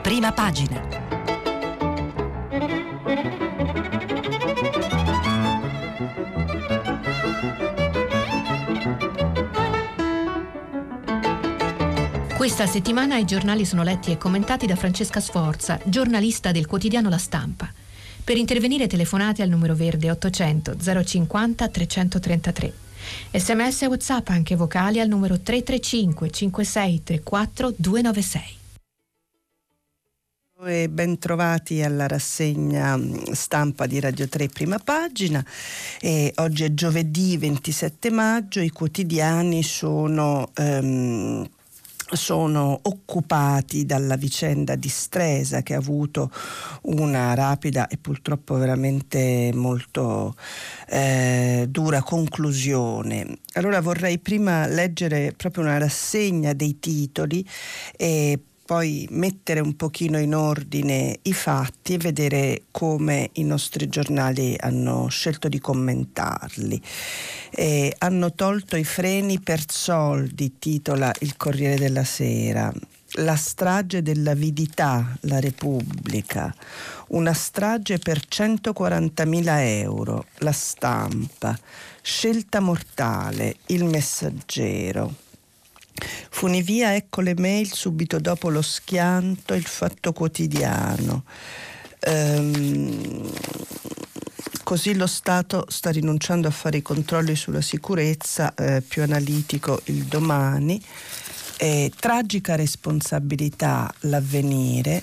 Prima pagina. Questa settimana i giornali sono letti e commentati da Francesca Sforza, giornalista del quotidiano La Stampa. Per intervenire telefonate al numero verde 800 050 333. SMS e WhatsApp anche vocali al numero 335 56 34 296. E ben trovati alla rassegna stampa di Radio 3 Prima Pagina. Oggi è giovedì 27 maggio, i quotidiani sono occupati dalla vicenda di Stresa, che ha avuto una rapida e purtroppo veramente molto dura conclusione. Allora vorrei prima leggere proprio una rassegna dei titoli e poi mettere un pochino in ordine i fatti e vedere come i nostri giornali hanno scelto di commentarli. Hanno tolto i freni per soldi, titola il Corriere della Sera. La strage dell'avidità, la Repubblica. Una strage per 140.000 euro, La Stampa. Scelta mortale, Il Messaggero. Funivia, ecco le mail subito dopo lo schianto, Il Fatto Quotidiano. Così lo Stato sta rinunciando a fare i controlli sulla sicurezza, più analitico Il Domani. Tragica responsabilità, L'Avvenire.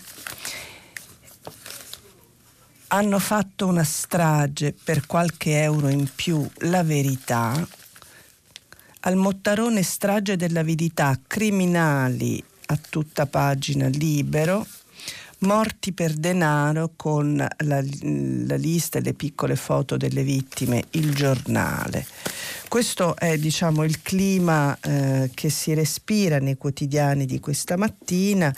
Hanno fatto una strage per qualche euro in più, La Verità. Al Mottarone, strage dell'avidità, criminali, a tutta pagina, Libero. Morti per denaro, con la lista e le piccole foto delle vittime, Il Giornale. Questo è, il clima che si respira nei quotidiani di questa mattina.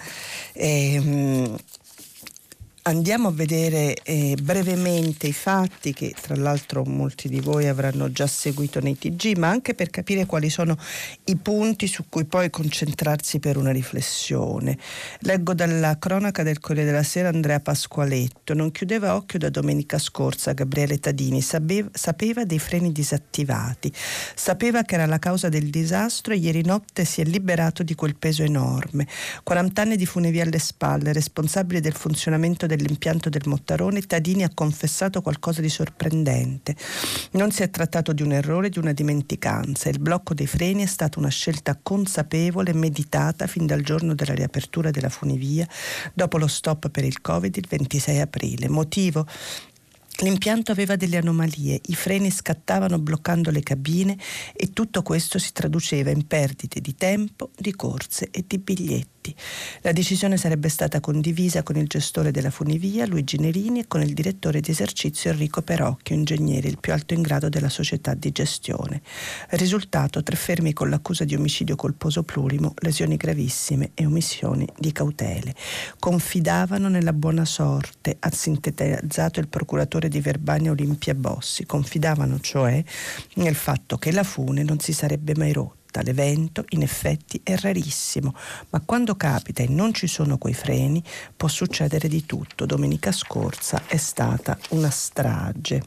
Andiamo a vedere brevemente i fatti, che tra l'altro molti di voi avranno già seguito nei TG, ma anche per capire quali sono i punti su cui poi concentrarsi per una riflessione. Leggo dalla cronaca del Corriere della Sera Andrea Pasqualetto. Non chiudeva occhio da domenica scorsa Gabriele Tadini, sapeva dei freni disattivati, sapeva che era la causa del disastro e ieri notte si è liberato di quel peso enorme. 40 anni di funivia alle spalle, responsabile del funzionamento dell'impianto del Mottarone, Tadini ha confessato qualcosa di sorprendente. Non si è trattato di un errore, di una dimenticanza. Il blocco dei freni è stata una scelta consapevole e meditata fin dal giorno della riapertura della funivia, dopo lo stop per il Covid il 26 aprile. Motivo? L'impianto aveva delle anomalie, i freni scattavano bloccando le cabine e tutto questo si traduceva in perdite di tempo, di corse e di biglietti. La decisione sarebbe stata condivisa con il gestore della funivia, Luigi Nerini, e con il direttore di esercizio Enrico Perocchio, ingegnere, il più alto in grado della società di gestione. Risultato: 3 fermi con l'accusa di omicidio colposo plurimo, lesioni gravissime e omissioni di cautele. Confidavano nella buona sorte, ha sintetizzato il procuratore di Verbania Olimpia Bossi. Confidavano cioè nel fatto che la fune non si sarebbe mai rotta. L'evento in effetti è rarissimo, ma quando capita e non ci sono quei freni può succedere di tutto. Domenica scorsa è stata una strage.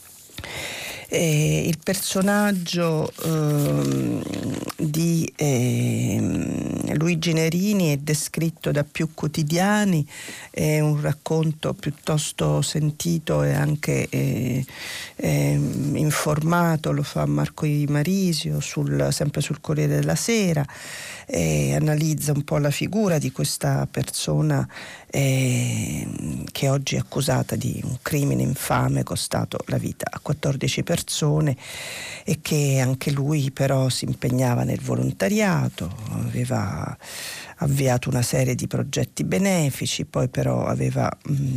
Il personaggio di Luigi Nerini è descritto da più quotidiani, è un racconto piuttosto sentito e anche informato, lo fa Marco Imarisio sempre sul Corriere della Sera, analizza un po' la figura di questa persona che oggi è accusata di un crimine infame costato la vita a 14 persone e che anche lui però si impegnava nel volontariato, aveva avviato una serie di progetti benefici, poi però aveva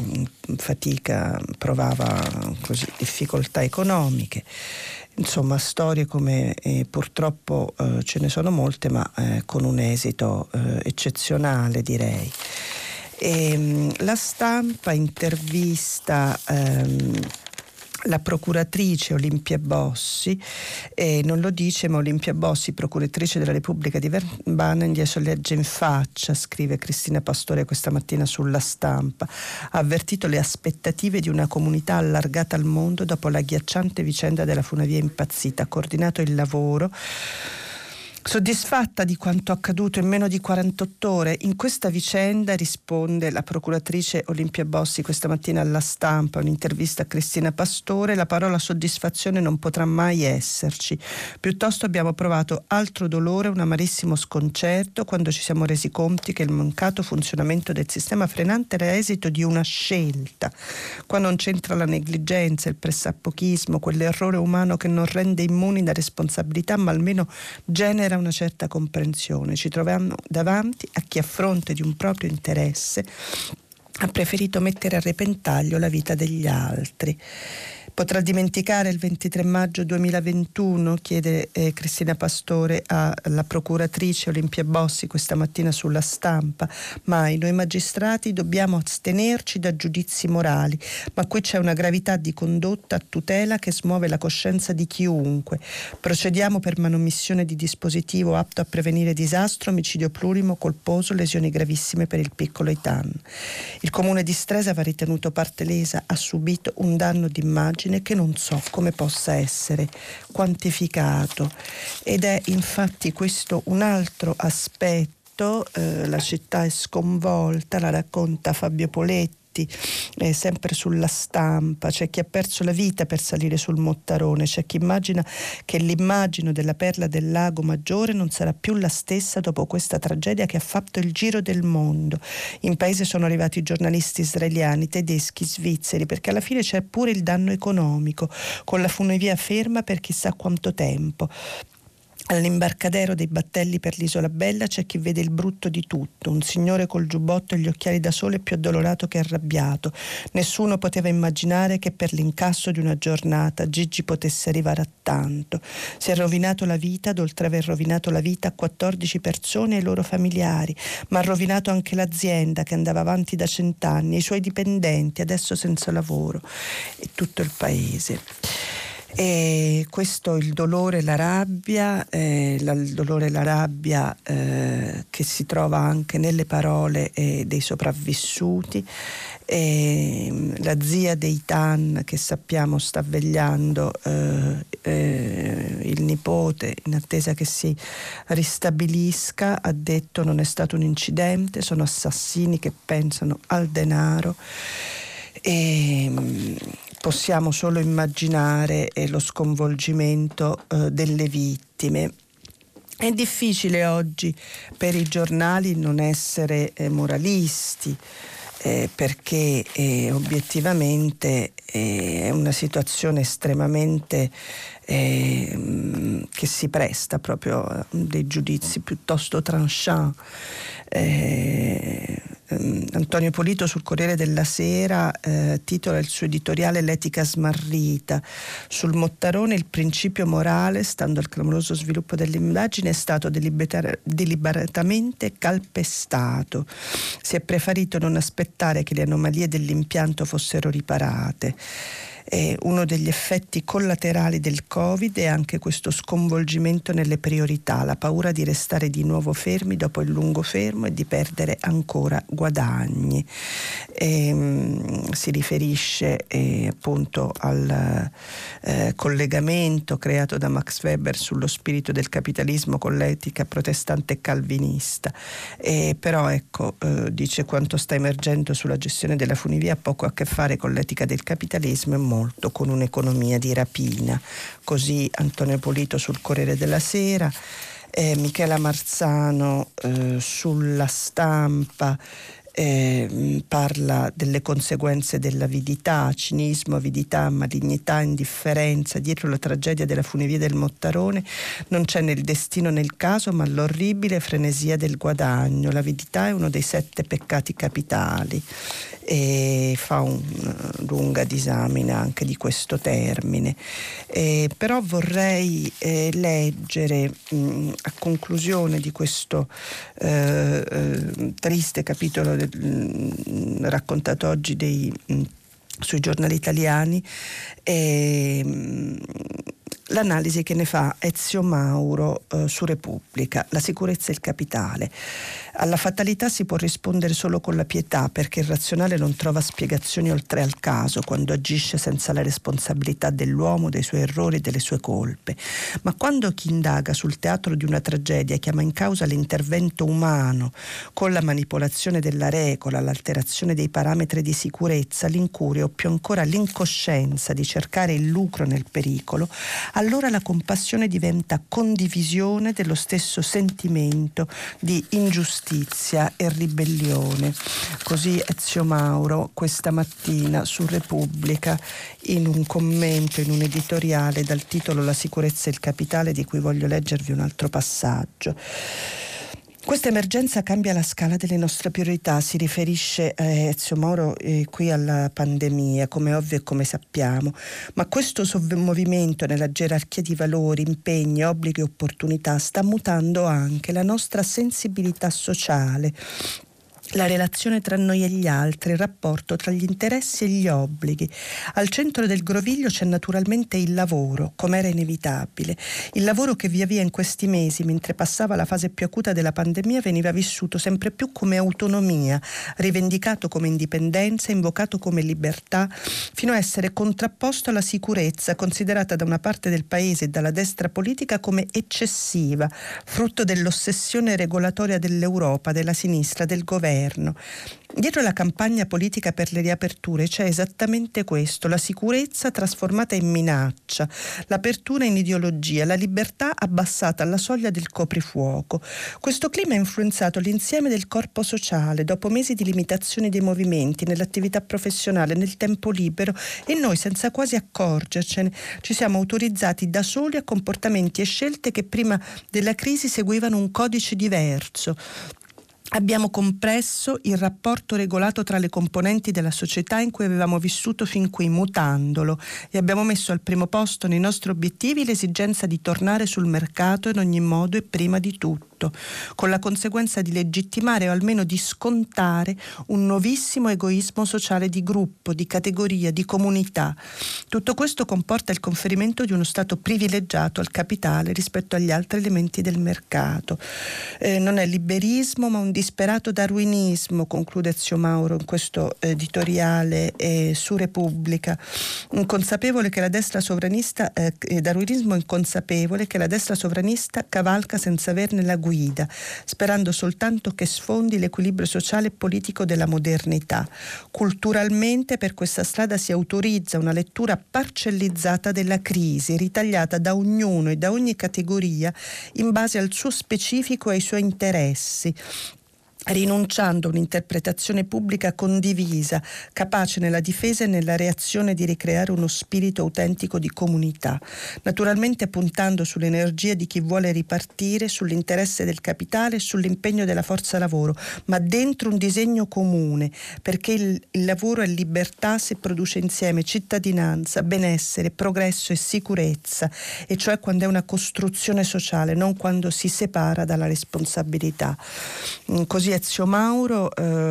provava così difficoltà economiche. Insomma, storie come purtroppo ce ne sono molte, ma con un esito eccezionale, direi. La Stampa intervista la procuratrice Olimpia Bossi, non lo dice, ma Olimpia Bossi, procuratrice della Repubblica di Verbania, adesso legge in faccia, scrive Cristina Pastore questa mattina sulla Stampa, ha avvertito le aspettative di una comunità allargata al mondo dopo l'agghiacciante vicenda della funivia impazzita, ha coordinato il lavoro. Soddisfatta di quanto accaduto in meno di 48 ore, in questa vicenda, risponde la procuratrice Olimpia Bossi questa mattina alla Stampa, un'intervista a Cristina Pastore, la parola soddisfazione non potrà mai esserci. Piuttosto abbiamo provato altro dolore, un amarissimo sconcerto, quando ci siamo resi conto che il mancato funzionamento del sistema frenante era esito di una scelta. Qua non c'entra la negligenza, il pressappochismo, quell'errore umano che non rende immuni da responsabilità, ma almeno genera una certa comprensione. Ci troviamo davanti a chi, a fronte di un proprio interesse, ha preferito mettere a repentaglio la vita degli altri. Potrà dimenticare il 23 maggio 2021? Chiede Cristina Pastore alla procuratrice Olimpia Bossi questa mattina sulla Stampa. Mai. Noi magistrati dobbiamo astenerci da giudizi morali, ma qui c'è una gravità di condotta a tutela che smuove la coscienza di chiunque. Procediamo per manomissione di dispositivo apto a prevenire disastro, omicidio plurimo colposo, lesioni gravissime per il piccolo Eitan. Il comune di Stresa va ritenuto parte lesa, ha subito un danno d'immagine che non so come possa essere quantificato, ed è infatti questo un altro aspetto. La città è sconvolta, la racconta Fabio Poletti sempre sulla Stampa. C'è chi ha perso la vita per salire sul Mottarone, c'è chi immagina che l'immagine della perla del lago Maggiore non sarà più la stessa dopo questa tragedia che ha fatto il giro del mondo. In paese sono arrivati giornalisti israeliani, tedeschi, svizzeri, perché alla fine c'è pure il danno economico, con la funivia ferma per chissà quanto tempo. All'imbarcadero dei battelli per l'Isola Bella c'è chi vede il brutto di tutto, un signore col giubbotto e gli occhiali da sole più addolorato che arrabbiato. Nessuno poteva immaginare che per l'incasso di una giornata Gigi potesse arrivare a tanto. Si è rovinato la vita, ad oltre aver rovinato la vita a 14 persone e ai loro familiari, ma ha rovinato anche l'azienda che andava avanti da 100 anni, i suoi dipendenti adesso senza lavoro e tutto il paese. E questo il dolore e la rabbia, il dolore e la rabbia che si trova anche nelle parole dei sopravvissuti. La zia dei Eitan, che sappiamo sta vegliando il nipote in attesa che si ristabilisca, ha detto: non è stato un incidente, sono assassini che pensano al denaro. E possiamo solo immaginare lo sconvolgimento delle vittime. È difficile oggi per i giornali non essere moralisti, perché obiettivamente è una situazione estremamente che si presta proprio a dei giudizi piuttosto tranchant. Antonio Polito sul Corriere della Sera titola il suo editoriale "L'etica smarrita". Sul Mottarone il principio morale, stando al clamoroso sviluppo dell'indagine, è stato deliberatamente calpestato. Si è preferito non aspettare che le anomalie dell'impianto fossero riparate. Uno degli effetti collaterali del Covid è anche questo sconvolgimento nelle priorità, la paura di restare di nuovo fermi dopo il lungo fermo e di perdere ancora guadagni. Si riferisce appunto al collegamento creato da Max Weber sullo spirito del capitalismo con l'etica protestante e calvinista. Però ecco, dice: quanto sta emergendo sulla gestione della funivia ha poco a che fare con l'etica del capitalismo e molto con un'economia di rapina. Così Antonio Polito sul Corriere della Sera. Michela Marzano sulla Stampa parla delle conseguenze dell'avidità, cinismo, avidità, malignità, indifferenza. Dietro la tragedia della funivia del Mottarone non c'è né il destino né il caso, ma l'orribile frenesia del guadagno. L'avidità è uno dei 7 peccati capitali, e fa una lunga disamina anche di questo termine. Però vorrei leggere a conclusione di questo triste capitolo raccontato oggi sui giornali italiani, l'analisi che ne fa Ezio Mauro su Repubblica: la sicurezza è il capitale. Alla fatalità si può rispondere solo con la pietà, perché il razionale non trova spiegazioni oltre al caso quando agisce senza la responsabilità dell'uomo, dei suoi errori e delle sue colpe. Ma quando chi indaga sul teatro di una tragedia chiama in causa l'intervento umano con la manipolazione della regola, l'alterazione dei parametri di sicurezza, l'incuria o più ancora l'incoscienza di cercare il lucro nel pericolo, allora la compassione diventa condivisione dello stesso sentimento di ingiustizia e ribellione. Così Ezio Mauro questa mattina su Repubblica, in un commento, in un editoriale dal titolo La sicurezza e il capitale, di cui voglio leggervi un altro passaggio. Questa emergenza cambia la scala delle nostre priorità, si riferisce Ezio Mauro qui alla pandemia, come è ovvio e come sappiamo, ma questo movimento nella gerarchia di valori, impegni, obblighi e opportunità sta mutando anche la nostra sensibilità sociale, la relazione tra noi e gli altri, il rapporto tra gli interessi e gli obblighi. Al centro del groviglio c'è naturalmente il lavoro, come era inevitabile. Il lavoro che via via in questi mesi, mentre passava la fase più acuta della pandemia, veniva vissuto sempre più come autonomia, rivendicato come indipendenza, invocato come libertà, fino a essere contrapposto alla sicurezza, considerata da una parte del paese e dalla destra politica come eccessiva, frutto dell'ossessione regolatoria dell'Europa, della sinistra, del governo. Dietro la campagna politica per le riaperture c'è esattamente questo: la sicurezza trasformata in minaccia, l'apertura in ideologia, la libertà abbassata alla soglia del coprifuoco. Questo clima ha influenzato l'insieme del corpo sociale dopo mesi di limitazioni dei movimenti, nell'attività professionale, nel tempo libero, e noi, senza quasi accorgercene, ci siamo autorizzati da soli a comportamenti e scelte che prima della crisi seguivano un codice diverso. Abbiamo compresso il rapporto regolato tra le componenti della società in cui avevamo vissuto fin qui, mutandolo, e abbiamo messo al primo posto nei nostri obiettivi l'esigenza di tornare sul mercato in ogni modo e prima di tutto, con la conseguenza di legittimare o almeno di scontare un nuovissimo egoismo sociale di gruppo, di categoria, di comunità. Tutto questo comporta il conferimento di uno stato privilegiato al capitale rispetto agli altri elementi del mercato. Non è liberismo, ma un disperato darwinismo, conclude Ezio Mauro in questo editoriale su Repubblica, inconsapevole che la destra sovranista, darwinismo inconsapevole che la destra sovranista cavalca senza averne la guida, sperando soltanto che sfondi l'equilibrio sociale e politico della modernità. Culturalmente per questa strada si autorizza una lettura parcellizzata della crisi, ritagliata da ognuno e da ogni categoria in base al suo specifico e ai suoi interessi, rinunciando a un'interpretazione pubblica condivisa, capace nella difesa e nella reazione di ricreare uno spirito autentico di comunità, naturalmente puntando sull'energia di chi vuole ripartire, sull'interesse del capitale e sull'impegno della forza lavoro, ma dentro un disegno comune, perché il lavoro è libertà se produce insieme cittadinanza, benessere, progresso e sicurezza, e cioè quando è una costruzione sociale, non quando si separa dalla responsabilità. Così Ezio Mauro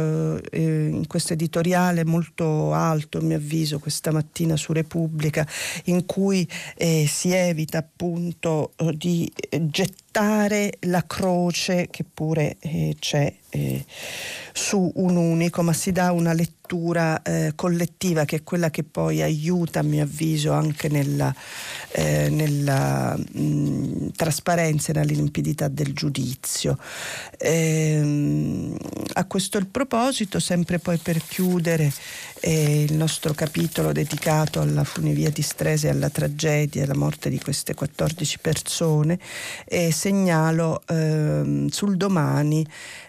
in questo editoriale molto alto, a mio avviso, questa mattina su Repubblica, in cui si evita appunto di gettare la croce che pure c'è su un unico, ma si dà una lettura collettiva, che è quella che poi aiuta, a mio avviso, anche nella trasparenza e nella limpidità del giudizio. A questo il proposito, sempre poi per chiudere il nostro capitolo dedicato alla funivia di Stresa e alla tragedia, alla morte di queste 14 persone, segnalo sul Domani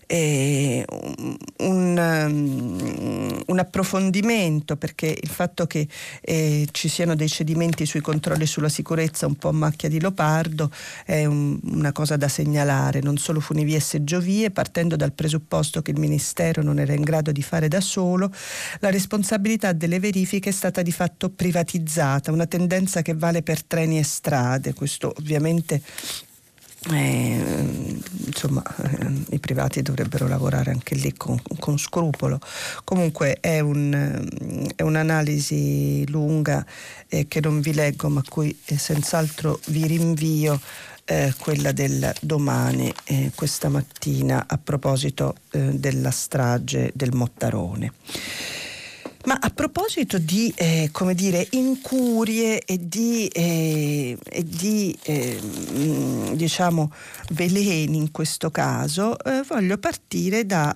un approfondimento, perché il fatto che ci siano dei cedimenti sui controlli sulla sicurezza un po' a macchia di leopardo è una cosa da segnalare. Non solo funivie e seggiovie, partendo dal presupposto che il Ministero non era in grado di fare da solo, la responsabilità delle verifiche è stata di fatto privatizzata, una tendenza che vale per treni e strade. Questo ovviamente I privati dovrebbero lavorare anche lì con scrupolo. Comunque è un'analisi lunga che non vi leggo, ma a cui senz'altro vi rinvio, quella del Domani, questa mattina, a proposito della strage del Mottarone. Ma a proposito di incurie e di diciamo veleni in questo caso, voglio partire da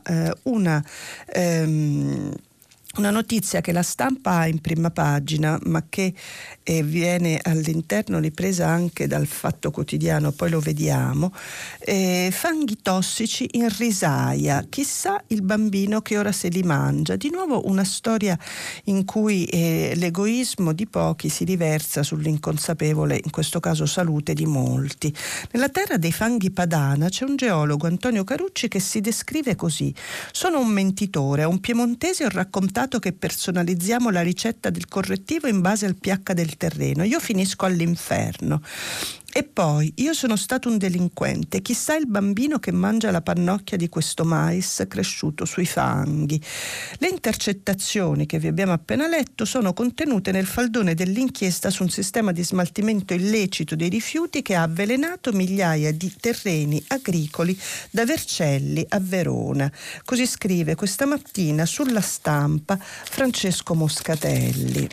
una notizia che la Stampa ha in prima pagina, ma che viene all'interno ripresa anche dal Fatto Quotidiano, poi lo vediamo. Fanghi tossici in risaia, chissà il bambino che ora se li mangia. Di nuovo una storia in cui l'egoismo di pochi si riversa sull'inconsapevole, in questo caso salute, di molti. Nella terra dei fanghi padana c'è un geologo, Antonio Carucci, che si descrive così: sono un mentitore, a un piemontese ho raccontato che personalizziamo la ricetta del correttivo in base al pH del terreno, io finisco all'inferno. E poi, io sono stato un delinquente, chissà il bambino che mangia la pannocchia di questo mais cresciuto sui fanghi. Le intercettazioni che vi abbiamo appena letto sono contenute nel faldone dell'inchiesta su un sistema di smaltimento illecito dei rifiuti che ha avvelenato migliaia di terreni agricoli da Vercelli a Verona. Così scrive questa mattina sulla Stampa Francesco Moscatelli.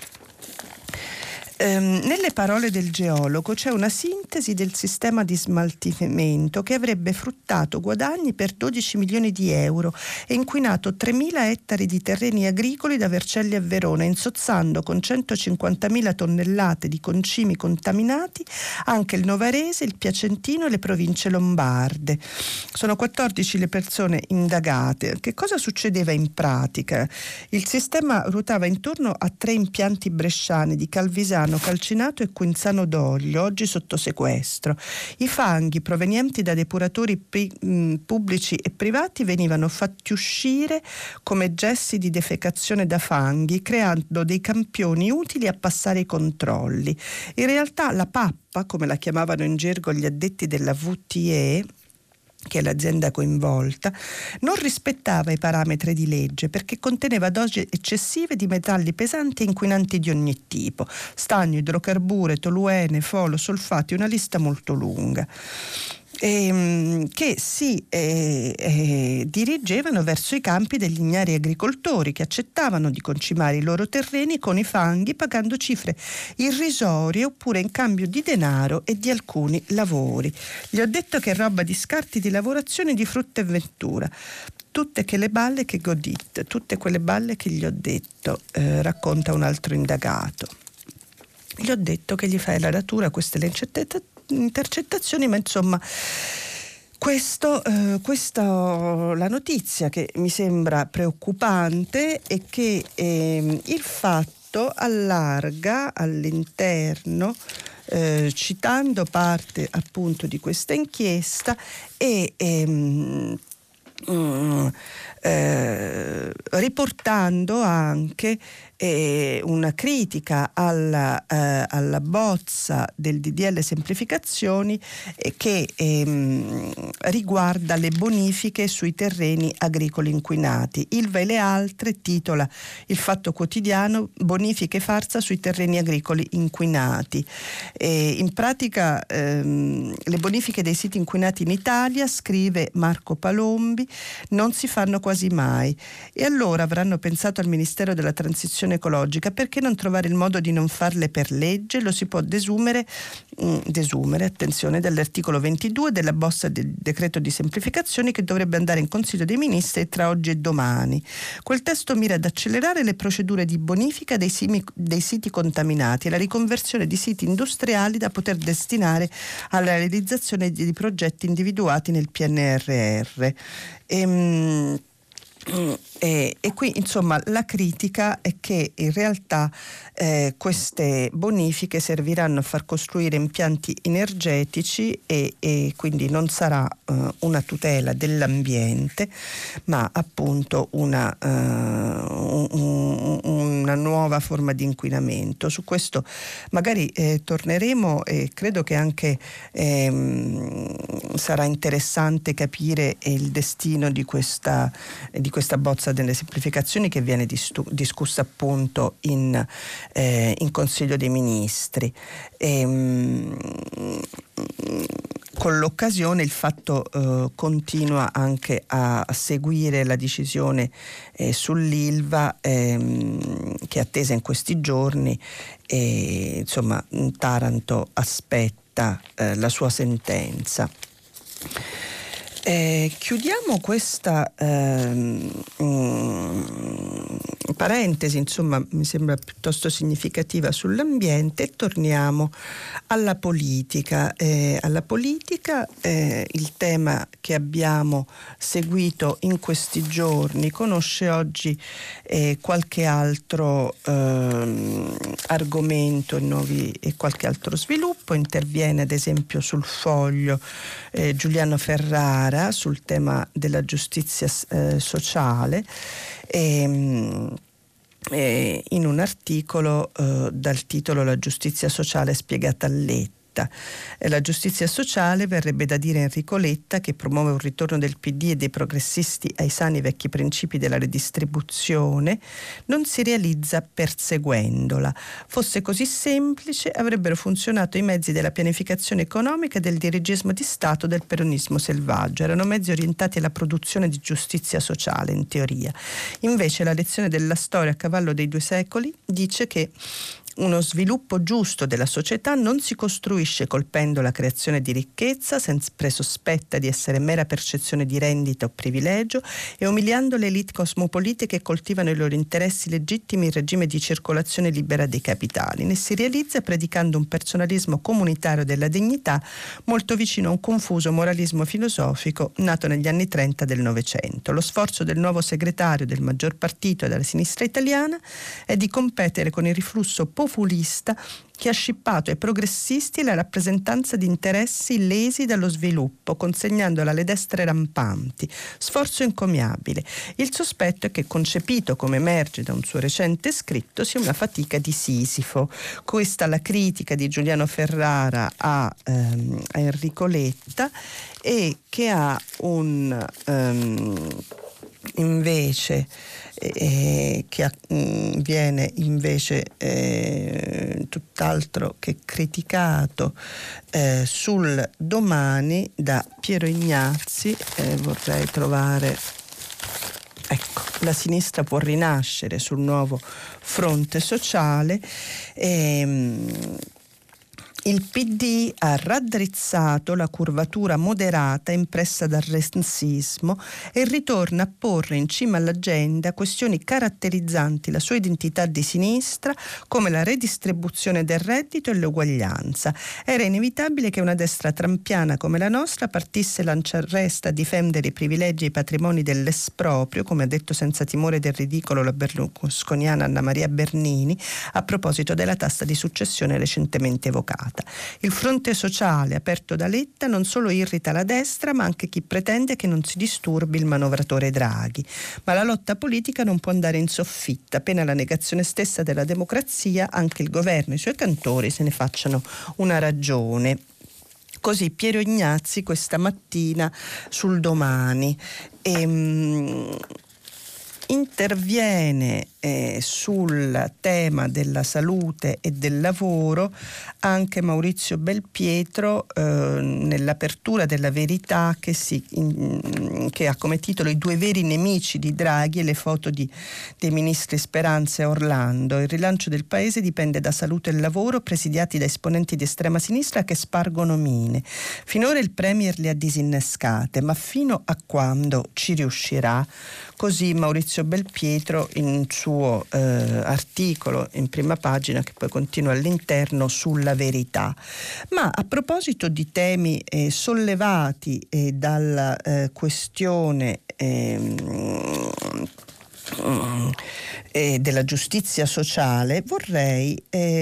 Nelle parole del geologo c'è una sintesi del sistema di smaltimento che avrebbe fruttato guadagni per 12 milioni di euro e inquinato 3.000 ettari di terreni agricoli da Vercelli a Verona, insozzando con 150.000 tonnellate di concimi contaminati anche il Novarese, il Piacentino e le province lombarde. Sono 14 le persone indagate. Che cosa succedeva in pratica? Il sistema ruotava intorno a 3 impianti bresciani di Calvisano, Calcinato e Quinzano d'Oglio, oggi sotto sequestro. I fanghi provenienti da depuratori pubblici e privati venivano fatti uscire come gessi di defecazione da fanghi, creando dei campioni utili a passare i controlli. In realtà la pappa, come la chiamavano in gergo gli addetti della VTE, che è l'azienda coinvolta, non rispettava i parametri di legge perché conteneva dosi eccessive di metalli pesanti e inquinanti di ogni tipo: stagno, idrocarbure, toluene, folo, solfati, una lista molto lunga, che si dirigevano verso i campi degli ignari agricoltori, che accettavano di concimare i loro terreni con i fanghi pagando cifre irrisorie oppure in cambio di denaro e di alcuni lavori. Gli ho detto che è roba di scarti di lavorazione di frutta e ventura. Tutte quelle balle che godit, tutte quelle balle che gli ho detto, racconta un altro indagato. Gli ho detto che gli fai la ratura, queste le intercettazioni, ma insomma questa la notizia che mi sembra preoccupante è che il Fatto allarga all'interno, citando parte appunto di questa inchiesta e riportando anche una critica alla bozza del DDL semplificazioni che riguarda le bonifiche sui terreni agricoli inquinati. Ilva e le altre, titola il Fatto Quotidiano, bonifiche farsa sui terreni agricoli inquinati. In pratica le bonifiche dei siti inquinati in Italia, scrive Marco Palombi, non si fanno quasi mai. E allora avranno pensato al Ministero della Transizione ecologica: perché non trovare il modo di non farle per legge? Lo si può desumere, attenzione, dall'articolo 22 della bozza del decreto di semplificazioni che dovrebbe andare in Consiglio dei Ministri tra oggi e domani. Quel testo mira ad accelerare le procedure di bonifica dei siti contaminati e la riconversione di siti industriali da poter destinare alla realizzazione di progetti individuati nel PNRR. E qui insomma la critica è che in realtà queste bonifiche serviranno a far costruire impianti energetici e quindi non sarà una tutela dell'ambiente, ma appunto una nuova forma di inquinamento. Su questo magari torneremo, e credo che anche sarà interessante capire il destino di questa bozza delle semplificazioni che viene discussa appunto in Consiglio dei Ministri. Con l'occasione il Fatto continua anche a seguire la decisione sull'Ilva che è attesa in questi giorni, e insomma Taranto aspetta la sua sentenza. Chiudiamo questa parentesi, insomma mi sembra piuttosto significativa sull'ambiente, e torniamo alla politica. Il tema che abbiamo seguito in questi giorni conosce oggi qualche altro argomento e qualche altro sviluppo. Interviene ad esempio sul Foglio Giuliano Ferrara sul tema della giustizia sociale, in un articolo dal titolo "La giustizia sociale spiegata a Letta". La giustizia sociale, verrebbe da dire Enrico Letta, che promuove un ritorno del PD e dei progressisti ai sani vecchi principi della redistribuzione, non si realizza perseguendola. Fosse così semplice, avrebbero funzionato i mezzi della pianificazione economica e del dirigismo di Stato del peronismo selvaggio. Erano mezzi orientati alla produzione di giustizia sociale, in teoria. Invece la lezione della storia a cavallo dei 2 secoli dice che uno sviluppo giusto della società non si costruisce colpendo la creazione di ricchezza, sempre sospetta di essere mera percezione di rendita o privilegio, e umiliando le elite cosmopolite che coltivano i loro interessi legittimi in regime di circolazione libera dei capitali, né si realizza predicando un personalismo comunitario della dignità molto vicino a un confuso moralismo filosofico nato negli anni 30 del Novecento. Lo sforzo del nuovo segretario del maggior partito della sinistra italiana è di competere con il riflusso populista che ha scippato ai progressisti la rappresentanza di interessi lesi dallo sviluppo, consegnandola alle destre rampanti. Sforzo encomiabile. Il sospetto è che, concepito come emerge da un suo recente scritto, sia una fatica di Sisifo. Questa la critica di Giuliano Ferrara a Enrico Letta, e che ha invece viene invece tutt'altro che criticato sul Domani da Piero Ignazzi. Vorrei trovare, ecco, la sinistra può rinascere sul nuovo fronte sociale. Il PD ha raddrizzato la curvatura moderata impressa dal renzismo e ritorna a porre in cima all'agenda questioni caratterizzanti la sua identità di sinistra, come la redistribuzione del reddito e l'uguaglianza. Era inevitabile che una destra trampiana come la nostra partisse lanciarresta a difendere i privilegi e i patrimoni dell'esproprio, come ha detto senza timore del ridicolo la berlusconiana Anna Maria Bernini a proposito della tassa di successione recentemente evocata. Il fronte sociale aperto da Letta non solo irrita la destra, ma anche chi pretende che non si disturbi il manovratore Draghi. Ma la lotta politica non può andare in soffitta, pena la negazione stessa della democrazia, anche il governo e i suoi cantori se ne facciano una ragione. Così Piero Ignazzi questa mattina sul Domani. Interviene sul tema della salute e del lavoro anche Maurizio Belpietro nell'apertura della Verità, che ha come titolo "I due veri nemici di Draghi" e le foto dei ministri Speranza e Orlando. Il rilancio del paese dipende da salute e lavoro, presidiati da esponenti di estrema sinistra che spargono mine. Finora il Premier le ha disinnescate, ma fino a quando ci riuscirà? Così Maurizio Belpietro in un suo articolo in prima pagina, che poi continua all'interno, sulla Verità. Ma a proposito di temi sollevati dalla questione della giustizia sociale, vorrei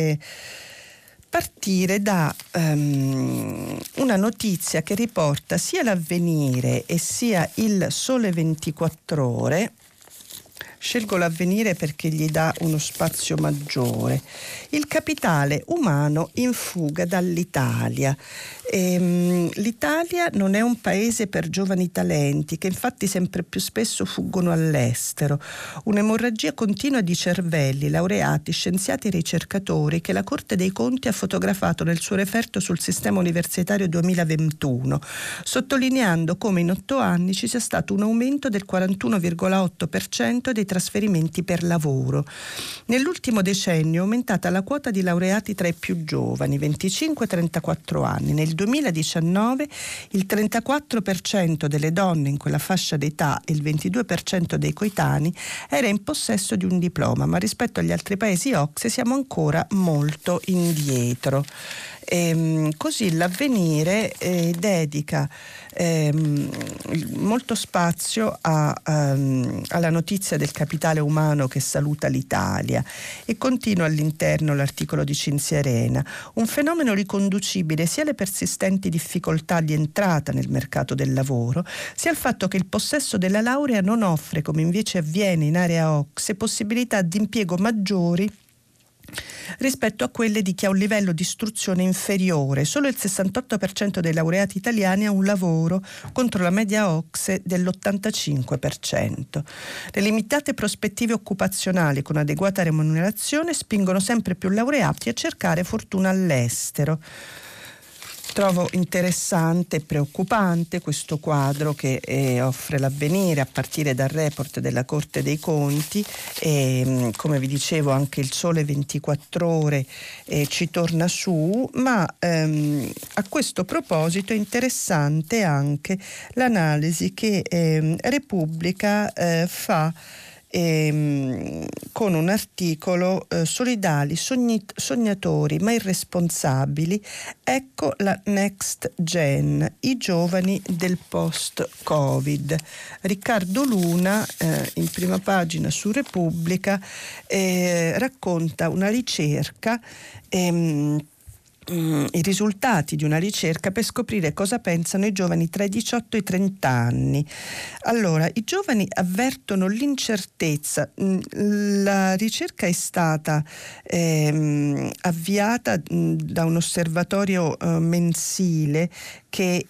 partire da una notizia che riporta sia l'Avvenire e sia il Sole 24 Ore. Scelgo l'Avvenire perché gli dà uno spazio maggiore. Il capitale umano in fuga dall'Italia. L'Italia non è un paese per giovani talenti che infatti sempre più spesso fuggono all'estero. Un'emorragia continua di cervelli, laureati, scienziati e ricercatori che la Corte dei Conti ha fotografato nel suo referto sul sistema universitario 2021, sottolineando come in 8 anni ci sia stato un aumento del 41,8% dei trasferimenti per lavoro. Nell'ultimo decennio è aumentata la quota di laureati tra i più giovani, 25-34 anni. Nel 2019 il 34% delle donne in quella fascia d'età e il 22% dei coetanei era in possesso di un diploma, ma rispetto agli altri paesi OCSE siamo ancora molto indietro. Così l'Avvenire dedica molto spazio alla notizia del capitale umano che saluta l'Italia e continua all'interno l'articolo di Cinzia Arena, un fenomeno riconducibile sia alle persistenti difficoltà di entrata nel mercato del lavoro, sia al fatto che il possesso della laurea non offre, come invece avviene in area OCSE, possibilità di impiego maggiori rispetto a quelle di chi ha un livello di istruzione inferiore. Solo il 68% dei laureati italiani ha un lavoro contro la media OCSE dell'85%. Le limitate prospettive occupazionali con adeguata remunerazione spingono sempre più laureati a cercare fortuna all'estero. Trovo interessante e preoccupante questo quadro che offre l'Avvenire a partire dal report della Corte dei Conti e, come vi dicevo, anche il Sole 24 Ore ci torna su, ma a questo proposito è interessante anche l'analisi che Repubblica fa con un articolo solidali, sognatori ma irresponsabili, ecco la next gen, i giovani del post-Covid. Riccardo Luna in prima pagina su Repubblica racconta una ricerca, i risultati di una ricerca per scoprire cosa pensano i giovani tra i 18 e i 30 anni. Allora, i giovani avvertono l'incertezza. La ricerca è stata avviata da un osservatorio mensile che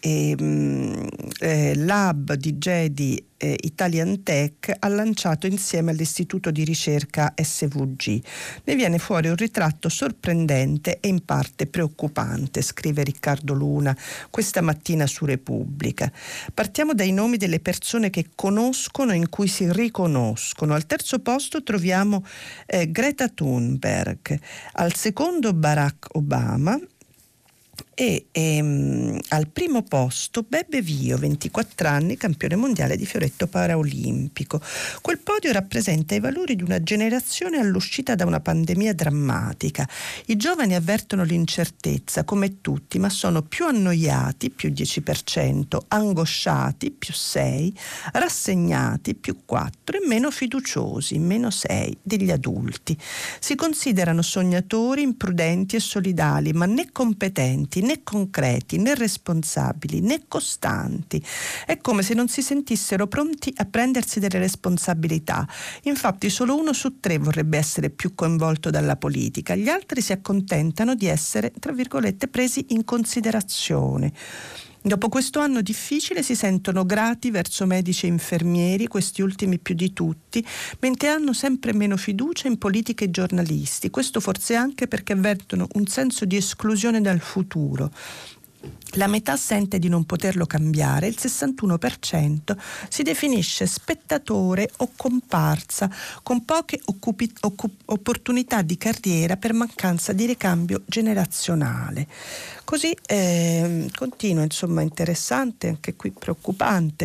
l'hub di Gedi Italian Tech ha lanciato insieme all'istituto di ricerca SVG. Ne viene fuori un ritratto sorprendente e in parte preoccupante, scrive Riccardo Luna questa mattina su Repubblica. Partiamo dai nomi delle persone che conoscono e in cui si riconoscono. Al terzo posto troviamo Greta Thunberg, al secondo Barack Obama e al primo posto Bebe Vio, 24 anni, campione mondiale di fioretto paraolimpico. Quel podio rappresenta i valori di una generazione all'uscita da una pandemia drammatica. I giovani avvertono l'incertezza come tutti, ma sono più annoiati, più 10%, angosciati, più 6%, rassegnati, più 4% e meno fiduciosi, meno 6% degli adulti. Si considerano sognatori, imprudenti e solidali, ma né competenti, né concreti, né responsabili, né costanti. È come se non si sentissero pronti a prendersi delle responsabilità. Infatti solo 1 su 3 vorrebbe essere più coinvolto dalla politica, gli altri si accontentano di essere, tra virgolette, presi in considerazione. Dopo questo anno difficile si sentono grati verso medici e infermieri, questi ultimi più di tutti, mentre hanno sempre meno fiducia in politica e giornalisti. Questo forse anche perché avvertono un senso di esclusione dal futuro. La metà sente di non poterlo cambiare, il 61% si definisce spettatore o comparsa, con poche opportunità di carriera per mancanza di ricambio generazionale. Così continua, insomma, interessante, anche qui preoccupante,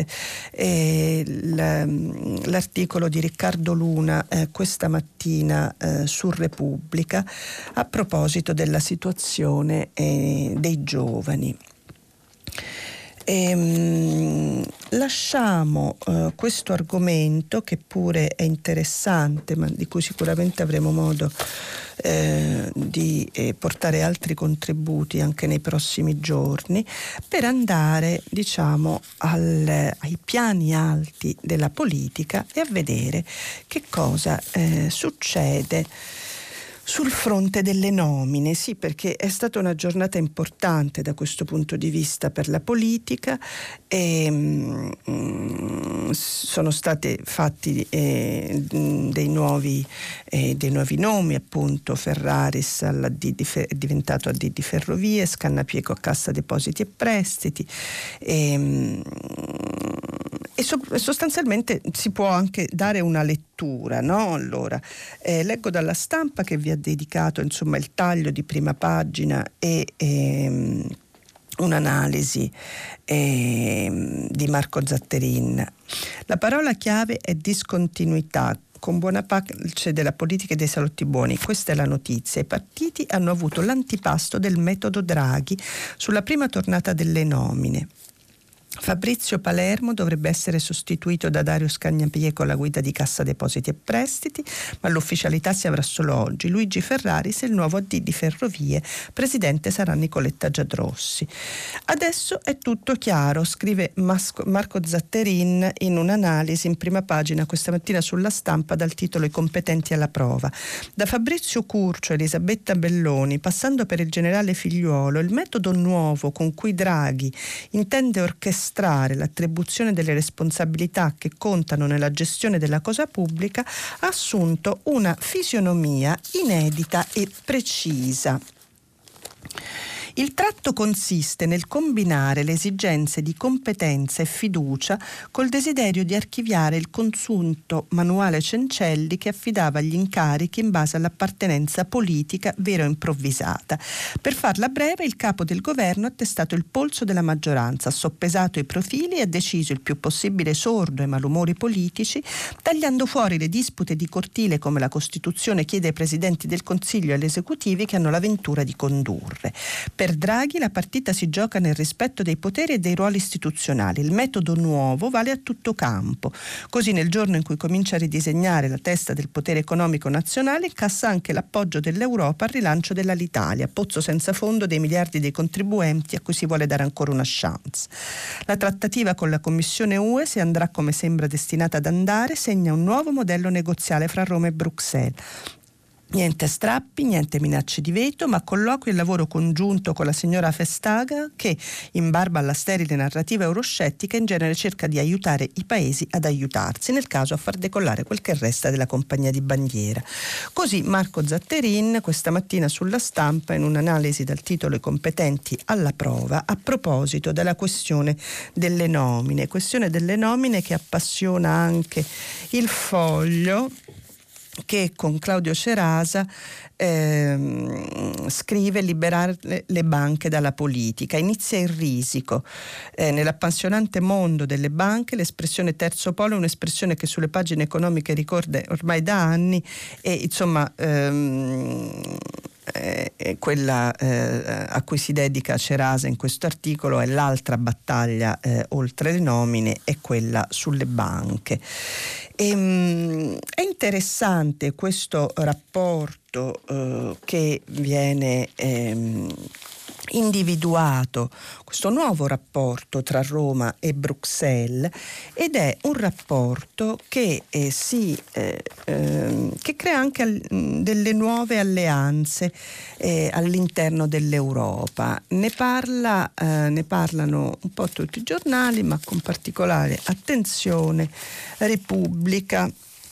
l'articolo di Riccardo Luna questa mattina su Repubblica a proposito della situazione dei giovani. Lasciamo questo argomento, che pure è interessante, ma di cui sicuramente avremo modo di portare altri contributi anche nei prossimi giorni, per andare, diciamo, ai piani alti della politica e a vedere che cosa succede sul fronte delle nomine. Sì, perché è stata una giornata importante da questo punto di vista per la politica, e sono stati fatti dei nuovi nomi, appunto. Ferraris è diventato AD di Ferrovie, Scannapiego a Cassa Depositi e Prestiti, e sostanzialmente si può anche dare una lettura, no? Allora, leggo dalla Stampa, che vi ha dedicato, insomma, il taglio di prima pagina e un'analisi di Marco Zatterin. La parola chiave è discontinuità, con buona pace della politica e dei salotti buoni. Questa è la notizia. I partiti hanno avuto l'antipasto del metodo Draghi sulla prima tornata delle nomine. Fabrizio Palermo dovrebbe essere sostituito da Dario Scannapiego alla guida di Cassa Depositi e Prestiti, ma l'ufficialità si avrà solo oggi. Luigi Ferraris è il nuovo AD di Ferrovie, presidente sarà Nicoletta Giadrossi. Adesso è tutto chiaro, scrive Marco Zatterin in un'analisi in prima pagina questa mattina sulla Stampa dal titolo I competenti alla prova. Da Fabrizio Curcio e Elisabetta Belloni, passando per il generale Figliuolo, il metodo nuovo con cui Draghi intende orchestrare l'attribuzione delle responsabilità che contano nella gestione della cosa pubblica ha assunto una fisionomia inedita e precisa. Il tratto consiste nel combinare le esigenze di competenza e fiducia col desiderio di archiviare il consunto manuale Cencelli che affidava gli incarichi in base all'appartenenza politica vera o improvvisata. Per farla breve, il capo del governo ha testato il polso della maggioranza, ha soppesato i profili e ha deciso il più possibile sordo ai malumori politici, tagliando fuori le dispute di cortile come la Costituzione chiede ai presidenti del Consiglio e agli esecutivi che hanno la ventura di condurre. Per Draghi la partita si gioca nel rispetto dei poteri e dei ruoli istituzionali. Il metodo nuovo vale a tutto campo. Così, nel giorno in cui comincia a ridisegnare la testa del potere economico nazionale, incassa anche l'appoggio dell'Europa al rilancio dell'Alitalia, pozzo senza fondo dei miliardi dei contribuenti a cui si vuole dare ancora una chance. La trattativa con la Commissione UE, se andrà come sembra destinata ad andare, segna un nuovo modello negoziale fra Roma e Bruxelles. Niente strappi, niente minacce di veto, ma colloquio e lavoro congiunto con la signora Vestager che, in barba alla sterile narrativa euroscettica, in genere cerca di aiutare i paesi ad aiutarsi, nel caso a far decollare quel che resta della compagnia di bandiera. Così Marco Zatterin questa mattina sulla Stampa, in un'analisi dal titolo I competenti alla prova, a proposito della questione delle nomine che appassiona anche il Foglio, che con Claudio Cerasa scrive liberare le banche dalla politica. Inizia il risico. Nell'appassionante mondo delle banche l'espressione terzo polo è un'espressione che sulle pagine economiche ricorda ormai da anni e insomma quella a cui si dedica Cerasa in questo articolo è l'altra battaglia oltre le nomine, è quella sulle banche. È interessante questo rapporto che viene individuato, questo nuovo rapporto tra Roma e Bruxelles, ed è un rapporto che crea anche delle nuove alleanze all'interno dell'Europa. Ne parlano un po' tutti i giornali, ma con particolare attenzione Repubblica.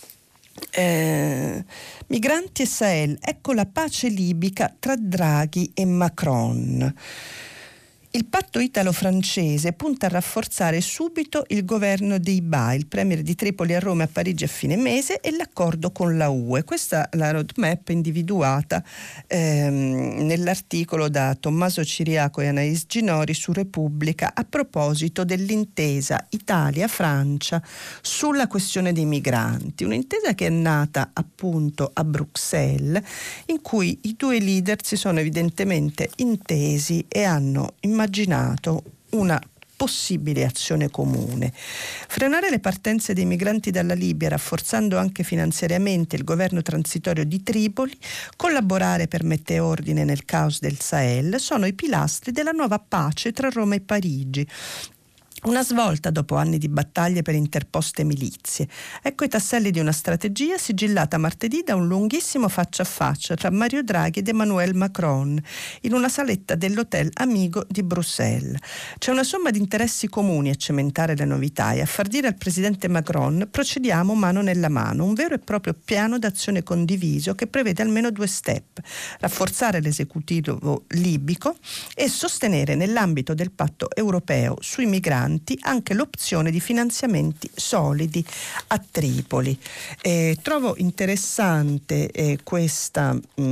Migranti e Sahel, ecco la pace libica tra Draghi e Macron. Il patto italo-francese punta a rafforzare subito il governo dei BA, il premier di Tripoli a Roma e a Parigi a fine mese, e l'accordo con la UE. Questa è la roadmap individuata nell'articolo da Tommaso Ciriaco e Anais Ginori su Repubblica a proposito dell'intesa Italia-Francia sulla questione dei migranti. Un'intesa che è nata appunto a Bruxelles, in cui i due leader si sono evidentemente intesi e hanno immaginato una possibile azione comune. Frenare le partenze dei migranti dalla Libia, rafforzando anche finanziariamente il governo transitorio di Tripoli, collaborare per mettere ordine nel caos del Sahel, sono i pilastri della nuova pace tra Roma e Parigi. Una svolta dopo anni di battaglie per interposte milizie. Ecco i tasselli di una strategia sigillata martedì da un lunghissimo faccia a faccia tra Mario Draghi ed Emmanuel Macron in una saletta dell'Hotel Amigo di Bruxelles. C'è una somma di interessi comuni a cementare le novità e a far dire al presidente Macron: procediamo mano nella mano, un vero e proprio piano d'azione condiviso che prevede almeno 2 step: rafforzare l'esecutivo libico e sostenere nell'ambito del patto europeo sui migranti anche l'opzione di finanziamenti solidi a Tripoli. Trovo interessante questa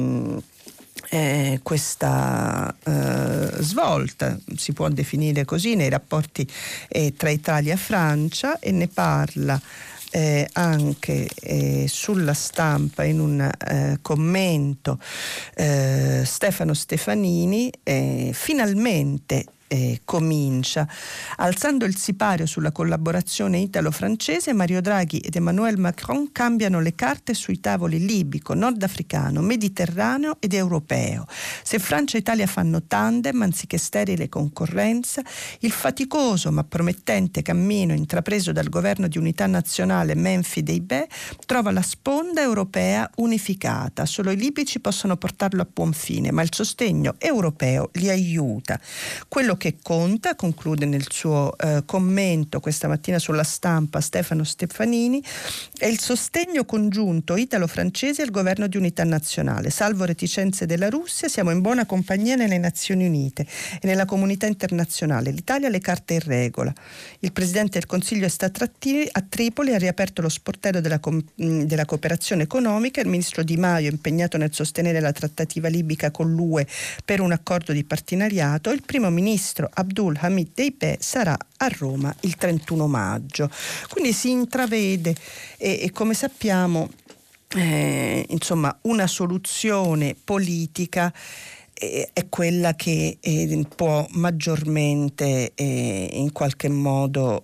svolta, si può definire così, nei rapporti tra Italia e Francia, e ne parla anche sulla Stampa in un commento Stefano Stefanini. Finalmente comincia. Alzando il sipario sulla collaborazione italo-francese, Mario Draghi ed Emmanuel Macron cambiano le carte sui tavoli libico, nordafricano, mediterraneo ed europeo. Se Francia e Italia fanno tandem anziché sterile concorrenza, il faticoso ma promettente cammino intrapreso dal governo di unità nazionale Menfi Deibe trova la sponda europea unificata. Solo i libici possono portarlo a buon fine, ma il sostegno europeo li aiuta. Quello che conta, conclude nel suo commento questa mattina sulla Stampa Stefano Stefanini, è il sostegno congiunto italo-francese al governo di unità nazionale. Salvo reticenze della Russia, siamo in buona compagnia nelle Nazioni Unite e nella comunità internazionale. L'Italia ha le carte in regola. Il Presidente del Consiglio è stato a Tripoli, ha riaperto lo sportello della cooperazione economica. Il ministro Di Maio è impegnato nel sostenere la trattativa libica con l'UE per un accordo di partenariato. Il primo ministro Abdul Hamid Deibe sarà a Roma il 31 maggio. Quindi si intravede e come sappiamo insomma una soluzione politica è quella che può maggiormente in qualche modo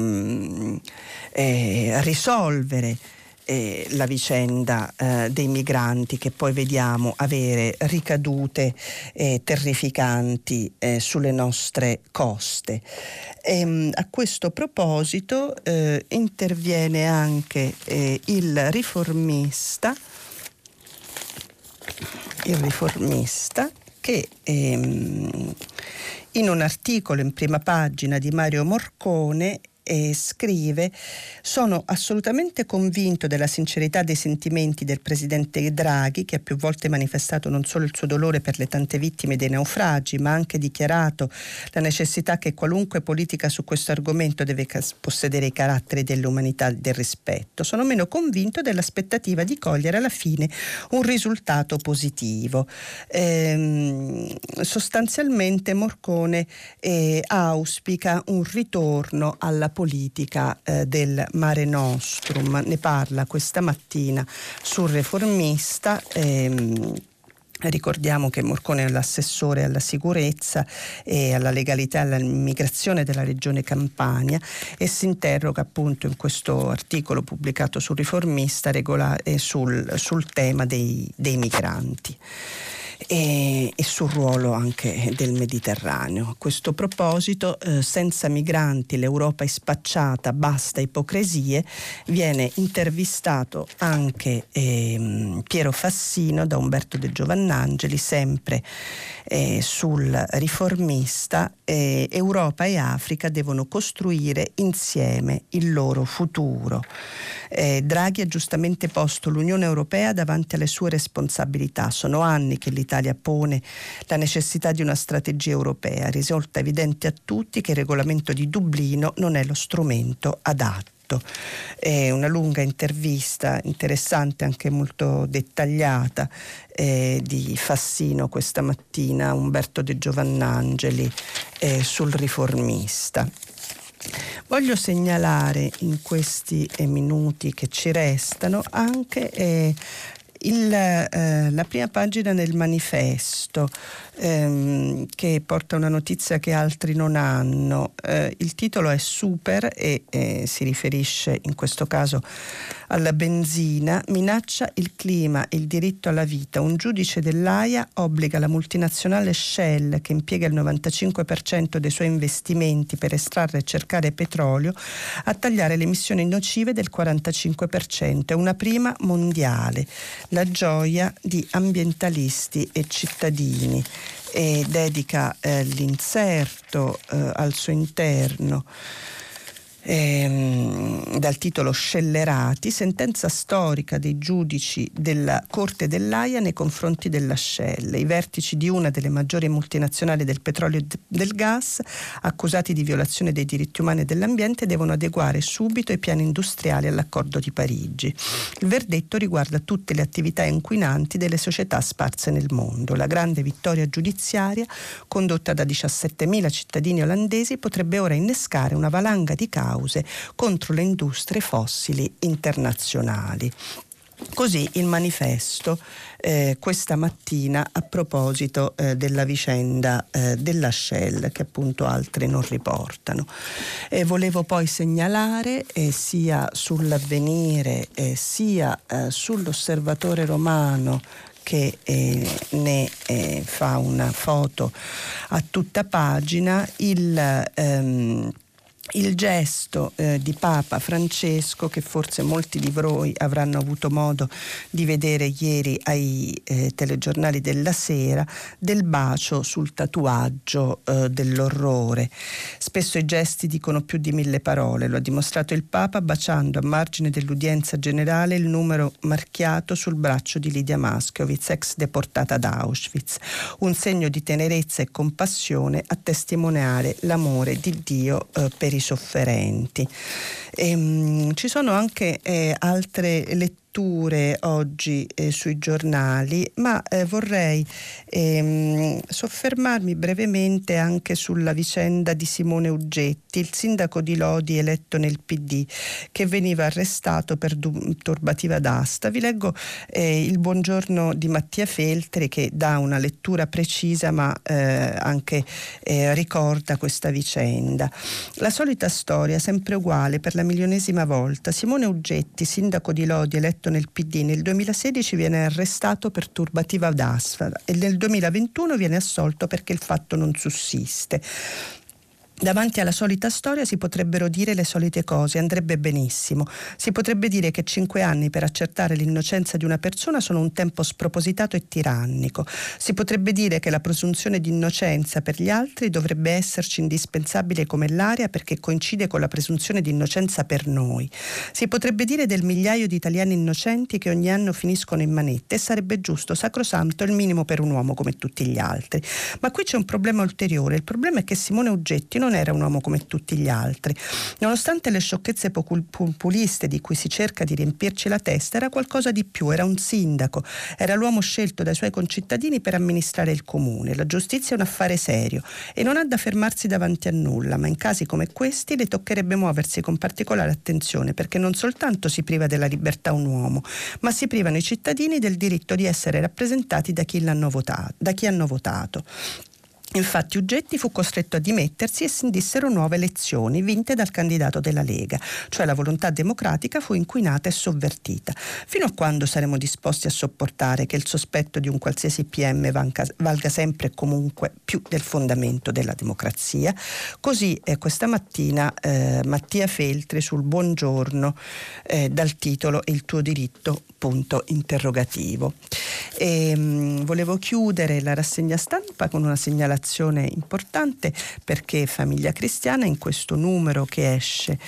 risolvere la vicenda dei migranti, che poi vediamo avere ricadute terrificanti sulle nostre coste. A questo proposito interviene anche il riformista che in un articolo in prima pagina di Mario Morcone scrive: sono assolutamente convinto della sincerità dei sentimenti del presidente Draghi, che ha più volte manifestato non solo il suo dolore per le tante vittime dei naufragi, ma ha anche dichiarato la necessità che qualunque politica su questo argomento deve possedere i caratteri dell'umanità e del rispetto. Sono meno convinto dell'aspettativa di cogliere alla fine un risultato positivo. Sostanzialmente Morcone auspica un ritorno alla politica del Mare Nostrum. Ne parla questa mattina sul Riformista. Ricordiamo che Morcone è l'assessore alla sicurezza e alla legalità e all'immigrazione della regione Campania e si interroga appunto in questo articolo pubblicato sul Riformista sul tema dei migranti e sul ruolo anche del Mediterraneo. A questo proposito, senza migranti l'Europa è spacciata, basta ipocrisie, viene intervistato anche Piero Fassino da Umberto De Giovannangeli, sempre sul Riformista. Europa e Africa devono costruire insieme il loro futuro. Draghi ha giustamente posto l'Unione Europea davanti alle sue responsabilità. Sono anni che l'Italia pone la necessità di una strategia europea. Risulta evidente a tutti che il regolamento di Dublino non è lo strumento adatto. È una lunga intervista interessante, anche molto dettagliata, di Fassino questa mattina, Umberto De Giovannangeli sul Riformista. Voglio segnalare in questi minuti che ci restano anche La prima pagina del Manifesto, che porta una notizia che altri non hanno. Il titolo è super e si riferisce in questo caso alla benzina. Minaccia il clima e il diritto alla vita. Un giudice dell'Aia obbliga la multinazionale Shell, che impiega il 95% dei suoi investimenti per estrarre e cercare petrolio, a tagliare le emissioni nocive del 45%. È una prima mondiale, la gioia di ambientalisti e cittadini. E dedica l'inserto al suo interno dal titolo Scellerati, sentenza storica dei giudici della Corte dell'Aia nei confronti della Shell. I vertici di una delle maggiori multinazionali del petrolio e del gas, accusati di violazione dei diritti umani e dell'ambiente, devono adeguare subito i piani industriali all'Accordo di Parigi. Il verdetto riguarda tutte le attività inquinanti delle società sparse nel mondo. La grande vittoria giudiziaria, condotta da 17.000 cittadini olandesi, potrebbe ora innescare una valanga di cause contro le industrie fossili internazionali. Così il Manifesto questa mattina a proposito della vicenda della Shell, che appunto altri non riportano. Volevo poi segnalare sia sull'Avvenire sia sull'Osservatore Romano, che ne fa una foto a tutta pagina, il gesto di Papa Francesco, che forse molti di voi avranno avuto modo di vedere ieri ai telegiornali della sera, del bacio sul tatuaggio dell'orrore. Spesso i gesti dicono più di 1000 parole. Lo ha dimostrato il Papa baciando a margine dell'udienza generale il numero marchiato sul braccio di Lidia Maschowitz, ex deportata ad Auschwitz. Un segno di tenerezza e compassione a testimoniare l'amore di Dio per i sofferenti. Ci sono anche altre letture oggi sui giornali, ma vorrei soffermarmi brevemente anche sulla vicenda di Simone Uggetti, il sindaco di Lodi eletto nel PD, che veniva arrestato per turbativa d'asta. Vi leggo il buongiorno di Mattia Feltri, che dà una lettura precisa ma anche ricorda questa vicenda. La solita storia, sempre uguale per la milionesima volta. Simone Uggetti, sindaco di Lodi eletto nel PD, nel 2016 viene arrestato per turbativa d'asta e nel 2021 viene assolto perché il fatto non sussiste. Davanti alla solita storia si potrebbero dire le solite cose, andrebbe benissimo. Si potrebbe dire che 5 anni per accertare l'innocenza di una persona sono un tempo spropositato e tirannico. Si potrebbe dire che la presunzione di innocenza per gli altri dovrebbe esserci indispensabile come l'aria, perché coincide con la presunzione di innocenza per noi. Si potrebbe dire del migliaio di italiani innocenti che ogni anno finiscono in manette, e sarebbe giusto, sacrosanto, il minimo per un uomo come tutti gli altri. Ma qui c'è un problema ulteriore. Il problema è che Simone Uggetti non era un uomo come tutti gli altri. Nonostante le sciocchezze populiste di cui si cerca di riempirci la testa, era qualcosa di più, era un sindaco, era l'uomo scelto dai suoi concittadini per amministrare il comune. La giustizia è un affare serio e non ha da fermarsi davanti a nulla, ma in casi come questi le toccherebbe muoversi con particolare attenzione, perché non soltanto si priva della libertà un uomo, ma si privano i cittadini del diritto di essere rappresentati da chi hanno votato. Infatti Uggetti fu costretto a dimettersi e si indissero nuove elezioni vinte dal candidato della Lega, cioè la volontà democratica fu inquinata e sovvertita. Fino a quando saremo disposti a sopportare che il sospetto di un qualsiasi PM valga sempre e comunque più del fondamento della democrazia? Così questa mattina Mattia Feltri sul Buongiorno dal titolo "Il tuo diritto?" punto interrogativo. Volevo chiudere la rassegna stampa con una segnalazione importante, perché Famiglia Cristiana in questo numero che esce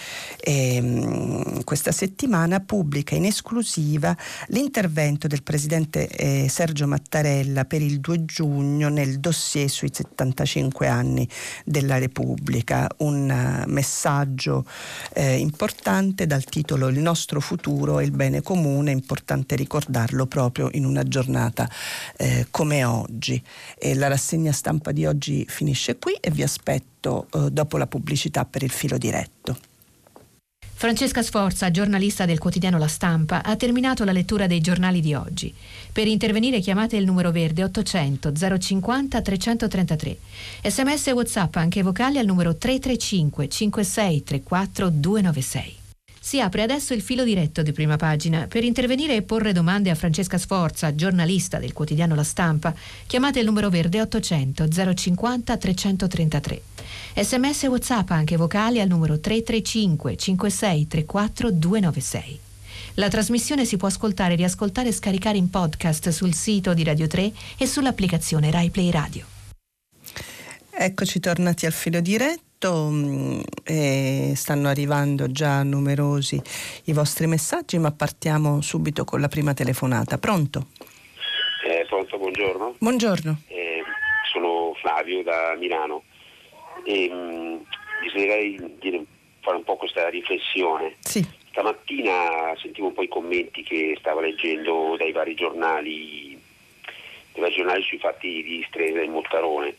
questa settimana pubblica in esclusiva l'intervento del presidente Sergio Mattarella per il 2 giugno nel dossier sui 75 anni della Repubblica, un messaggio importante dal titolo "Il nostro futuro e il bene comune", importante ricordarlo proprio in una giornata come oggi. La rassegna stampa di oggi finisce qui e vi aspetto dopo la pubblicità per il filo diretto. Francesca Sforza, giornalista del quotidiano La Stampa, ha terminato la lettura dei giornali di oggi. Per intervenire chiamate il numero verde 800 050 333. SMS e WhatsApp anche vocali al numero 335 56 34 296. Si apre adesso il filo diretto di Prima Pagina. Per intervenire e porre domande a Francesca Sforza, giornalista del quotidiano La Stampa, chiamate il numero verde 800 050 333. SMS e WhatsApp anche vocali al numero 335 56 34 296. La trasmissione si può ascoltare, riascoltare e scaricare in podcast sul sito di Radio 3 e sull'applicazione Rai Play Radio. Eccoci tornati al filo diretto. Stanno arrivando già numerosi i vostri messaggi, ma partiamo subito con la prima telefonata. Pronto? Pronto, buongiorno. Buongiorno. Sono Flavio da Milano e bisognerebbe fare un po' questa riflessione. Sì. Stamattina sentivo un po' i commenti che stavo leggendo dai vari giornali sui fatti di Stresa e Mottarone.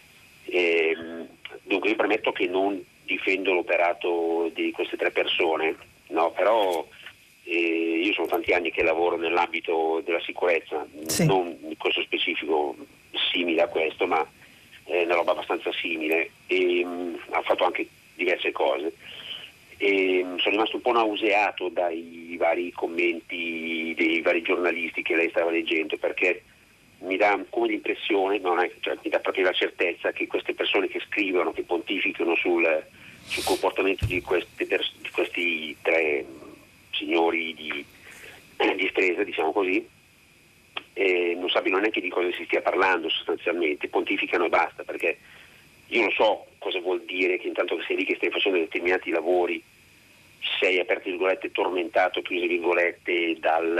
Dunque io premetto che non difendo l'operato di queste tre persone, no, però io sono tanti anni che lavoro nell'ambito della sicurezza, sì. Non in questo specifico simile a questo, ma una roba abbastanza simile, e ha fatto anche diverse cose. E sono rimasto un po' nauseato dai vari commenti dei vari giornalisti che lei stava leggendo, perché mi dà come l'impressione, mi dà proprio la certezza che queste persone che scrivono, che pontificano sul comportamento di questi tre signori di Stresa, diciamo così, non sappiano neanche di cosa si stia parlando sostanzialmente, pontificano e basta, perché io non so cosa vuol dire che intanto che sei lì che stai facendo determinati lavori sei, aperte virgolette, tormentato, chiuse virgolette,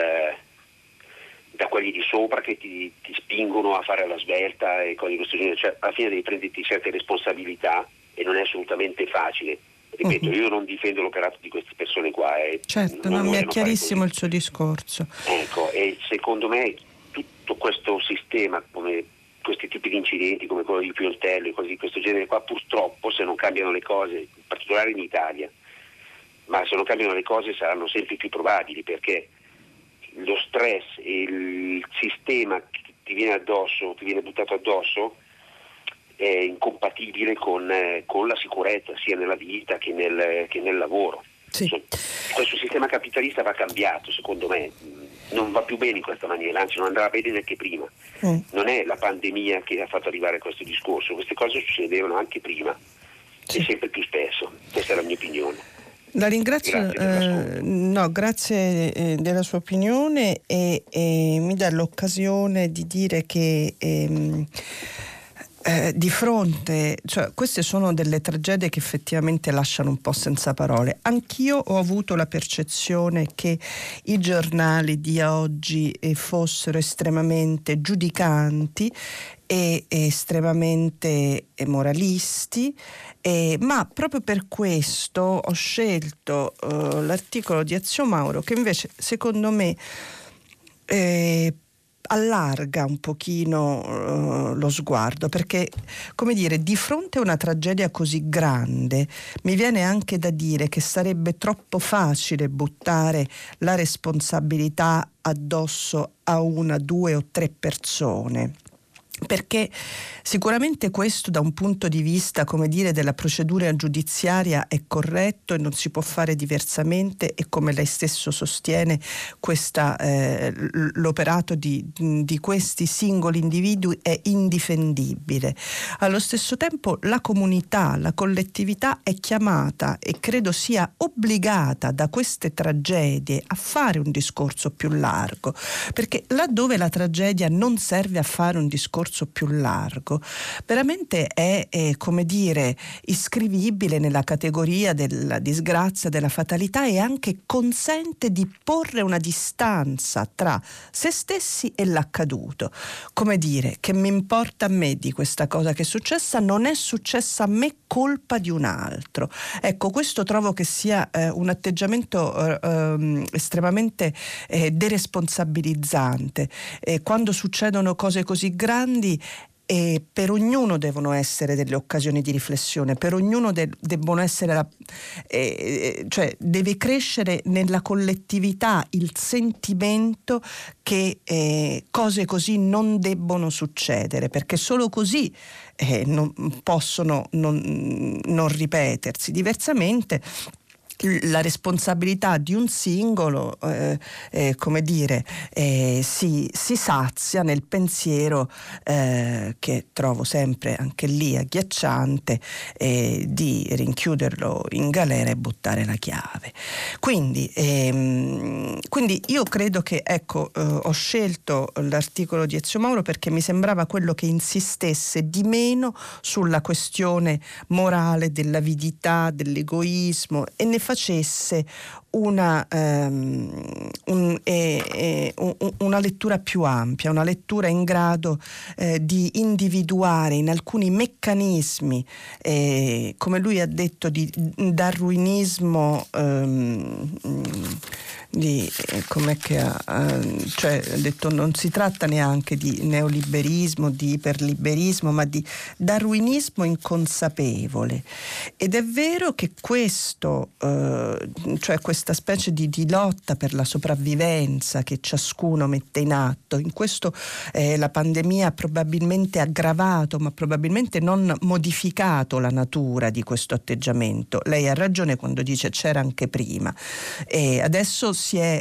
da quelli di sopra che ti spingono a fare la svelta e cose di questo genere. Cioè, alla fine devi prenderti certe responsabilità e non è assolutamente facile. Ripeto, io non difendo l'operato di queste persone qua. Certo, non mi è chiarissimo il suo discorso. Ecco, e secondo me tutto questo sistema, come questi tipi di incidenti, come quello di Pioltello e cose di questo genere qua, purtroppo se non cambiano le cose, in particolare in Italia, ma se non cambiano le cose saranno sempre più probabili, perché lo stress e il sistema che ti viene buttato addosso è incompatibile con la sicurezza sia nella vita che nel lavoro. Sì. Questo sistema capitalista va cambiato, secondo me, non va più bene in questa maniera, anzi non andava bene neanche prima. Non è la pandemia che ha fatto arrivare a questo discorso, queste cose succedevano anche prima, sì, e sempre più spesso. Questa è la mia opinione. La ringrazio, grazie della sua opinione e mi dà l'occasione di dire che di fronte, cioè, queste sono delle tragedie che effettivamente lasciano un po' senza parole. Anch'io ho avuto la percezione che i giornali di oggi fossero estremamente giudicanti e estremamente moralisti, ma proprio per questo ho scelto l'articolo di Ezio Mauro, che invece secondo me allarga un pochino lo sguardo, perché, come dire, di fronte a una tragedia così grande mi viene anche da dire che sarebbe troppo facile buttare la responsabilità addosso a una, due o tre persone. Perché sicuramente questo da un punto di vista, come dire, della procedura giudiziaria è corretto e non si può fare diversamente, e come lei stesso sostiene l'operato di questi singoli individui è indifendibile. Allo stesso tempo la comunità, la collettività è chiamata, e credo sia obbligata da queste tragedie, a fare un discorso più largo, perché laddove la tragedia non serve a fare un discorso più largo, veramente è come dire, iscrivibile nella categoria della disgrazia, della fatalità, e anche consente di porre una distanza tra se stessi e l'accaduto. Come dire, che mi importa a me di questa cosa che è successa, non è successa a me, colpa di un altro. Ecco, questo trovo che sia un atteggiamento estremamente deresponsabilizzante. Quando succedono cose così grandi e per ognuno devono essere delle occasioni di riflessione, per ognuno debbono essere cioè deve crescere nella collettività il sentimento che cose così non debbono succedere, perché solo così non possono non ripetersi. Diversamente la responsabilità di un singolo si sazia nel pensiero che trovo sempre anche lì agghiacciante, di rinchiuderlo in galera e buttare la chiave. Quindi io credo che ho scelto l'articolo di Ezio Mauro perché mi sembrava quello che insistesse di meno sulla questione morale dell'avidità, dell'egoismo, e ne facesse una lettura più ampia, una lettura in grado di individuare in alcuni meccanismi, come lui ha detto, di darwinismo, cioè ha detto non si tratta neanche di neoliberismo, di iperliberismo, ma di darwinismo inconsapevole. Ed è vero che questo, cioè questa specie di lotta per la sopravvivenza che ciascuno mette in atto, in questo la pandemia ha probabilmente aggravato, ma probabilmente non modificato la natura di questo atteggiamento. Lei ha ragione quando dice c'era anche prima, e adesso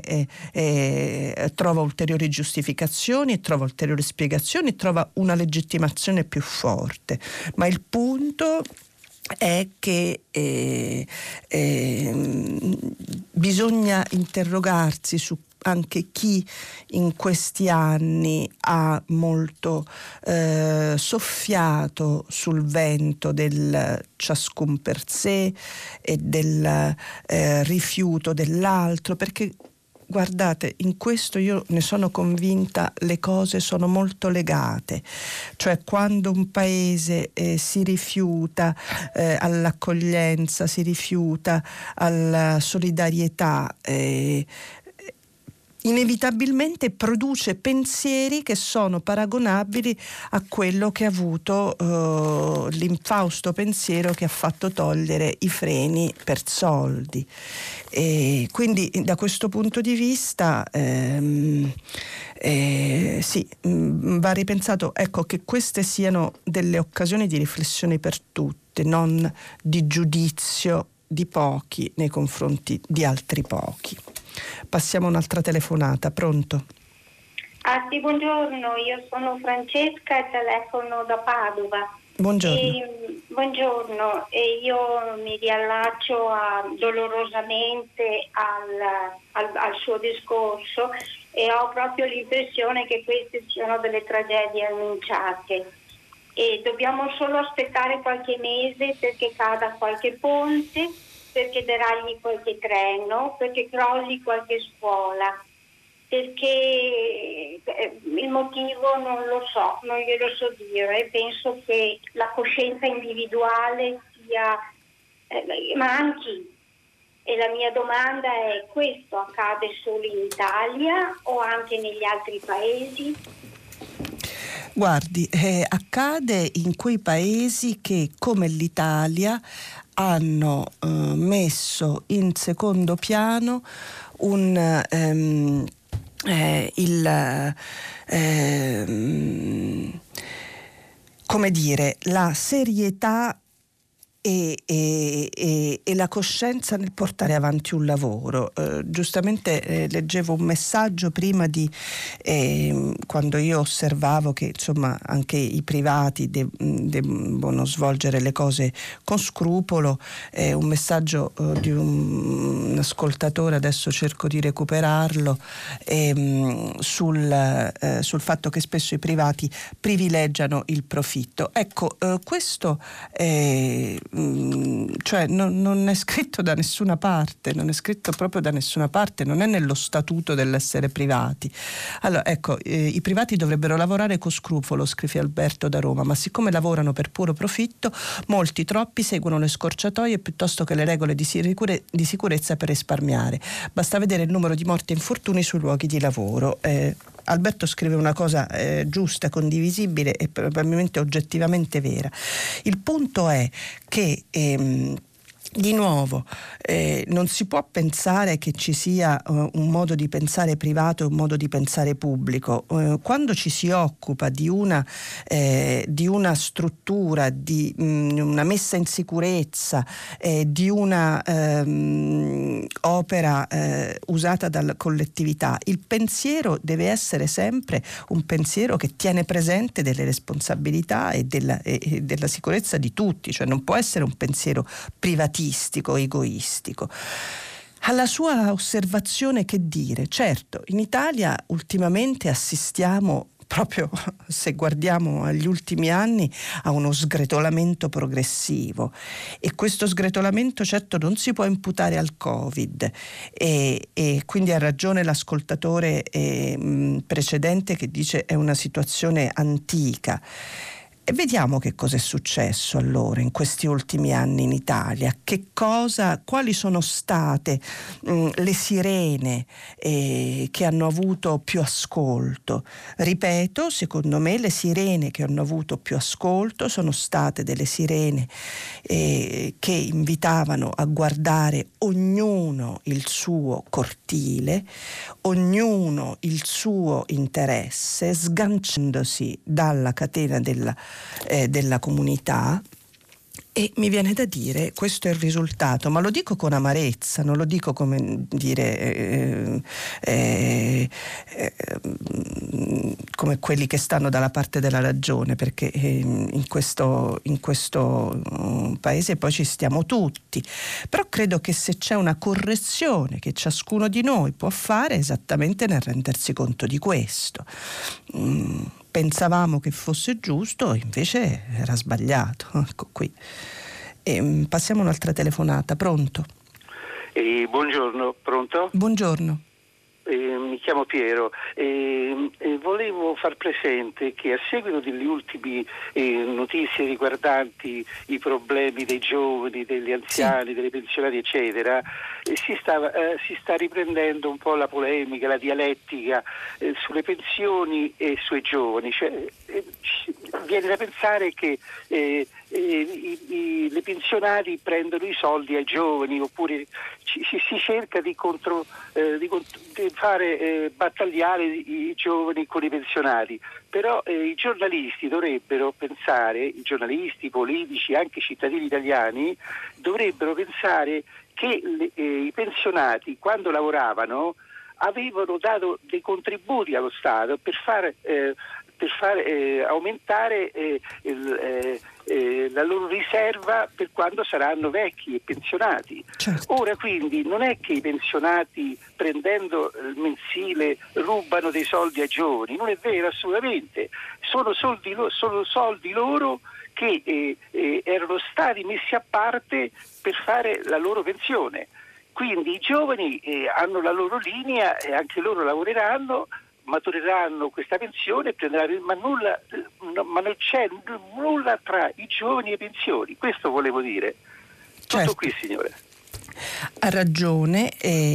trova ulteriori giustificazioni, trova ulteriori spiegazioni, trova una legittimazione più forte, ma il punto è che bisogna interrogarsi su anche chi in questi anni ha molto soffiato sul vento del ciascun per sé e del rifiuto dell'altro, perché guardate, in questo io ne sono convinta, le cose sono molto legate, cioè quando un paese si rifiuta all'accoglienza, si rifiuta alla solidarietà, inevitabilmente produce pensieri che sono paragonabili a quello che ha avuto l'infausto pensiero che ha fatto togliere i freni per soldi. E quindi da questo punto di vista sì, va ripensato, ecco, che queste siano delle occasioni di riflessione per tutte, non di giudizio di pochi nei confronti di altri pochi. Passiamo a un'altra telefonata. Pronto? Ah sì, buongiorno, io sono Francesca e telefono da Padova. Buongiorno. Buongiorno, e io mi riallaccio dolorosamente al suo discorso e ho proprio l'impressione che queste siano delle tragedie annunciate e dobbiamo solo aspettare qualche mese perché cada qualche ponte, perché deragli qualche treno, perché crolli qualche scuola, perché il motivo non lo so, non glielo so dire. Penso che la coscienza individuale sia manchi, e la mia domanda è: questo accade solo in Italia o anche negli altri paesi? Guardi, accade in quei paesi che, come l'Italia, hanno messo in secondo piano la serietà e la coscienza nel portare avanti un lavoro. Giustamente leggevo un messaggio prima quando io osservavo che insomma anche i privati debbono svolgere le cose con scrupolo, un messaggio di un ascoltatore, adesso cerco di recuperarlo, sul fatto che spesso i privati privilegiano il profitto. Ecco, questo cioè non è scritto da nessuna parte, non è scritto proprio da nessuna parte, non è nello statuto dell'essere privati. Allora ecco, i privati dovrebbero lavorare con scrupolo, scrive Alberto da Roma, ma siccome lavorano per puro profitto, molti, troppi, seguono le scorciatoie piuttosto che le regole di sicurezza per risparmiare. Basta vedere il numero di morti e infortuni sui luoghi di lavoro. Alberto scrive una cosa giusta, condivisibile e probabilmente oggettivamente vera. Il punto è che di nuovo, non si può pensare che ci sia un modo di pensare privato e un modo di pensare pubblico. Quando ci si occupa di una struttura, di una messa in sicurezza, di una opera usata dalla collettività, il pensiero deve essere sempre un pensiero che tiene presente delle responsabilità e della sicurezza di tutti, cioè non può essere un pensiero privatistico, egoistico. Alla sua osservazione che dire? Certo, in Italia ultimamente assistiamo, proprio se guardiamo agli ultimi anni, a uno sgretolamento progressivo, e questo sgretolamento certo non si può imputare al Covid, e quindi ha ragione l'ascoltatore precedente che dice è una situazione antica. E vediamo che cosa è successo allora in questi ultimi anni in Italia, quali sono state le sirene che hanno avuto più ascolto. Ripeto, secondo me le sirene che hanno avuto più ascolto sono state delle sirene che invitavano a guardare ognuno il suo cortile, ognuno il suo interesse, sganciandosi dalla catena della comunità. E mi viene da dire, questo è il risultato, ma lo dico con amarezza, non lo dico come dire come quelli che stanno dalla parte della ragione, perché in questo paese poi ci stiamo tutti, però credo che se c'è una correzione che ciascuno di noi può fare, esattamente nel rendersi conto di questo. Pensavamo che fosse giusto, invece era sbagliato. Ecco qui. Passiamo a un'altra telefonata. Pronto? Buongiorno, pronto? Buongiorno. Mi chiamo Piero e volevo far presente che a seguito delle ultime notizie riguardanti i problemi dei giovani, degli anziani, sì, delle pensionati eccetera, si sta riprendendo un po' la polemica, la dialettica sulle pensioni e sui giovani, cioè, viene da pensare che le pensionati prendono i soldi ai giovani, oppure si cerca di fare battagliare i giovani con i pensionati, però i giornalisti dovrebbero pensare, i giornalisti, i politici, anche i cittadini italiani dovrebbero pensare che i pensionati quando lavoravano avevano dato dei contributi allo Stato per far aumentare la loro riserva per quando saranno vecchi e pensionati. Certo. Ora quindi non è che i pensionati prendendo il mensile rubano dei soldi ai giovani, non è vero assolutamente, sono soldi loro che erano stati messi a parte per fare la loro pensione. Quindi i giovani hanno la loro linea e anche loro lavoreranno, matureranno questa pensione, ma non c'è nulla tra i giovani e i pensioni. Questo volevo dire. Tutto certo. Qui, signore. Ha ragione,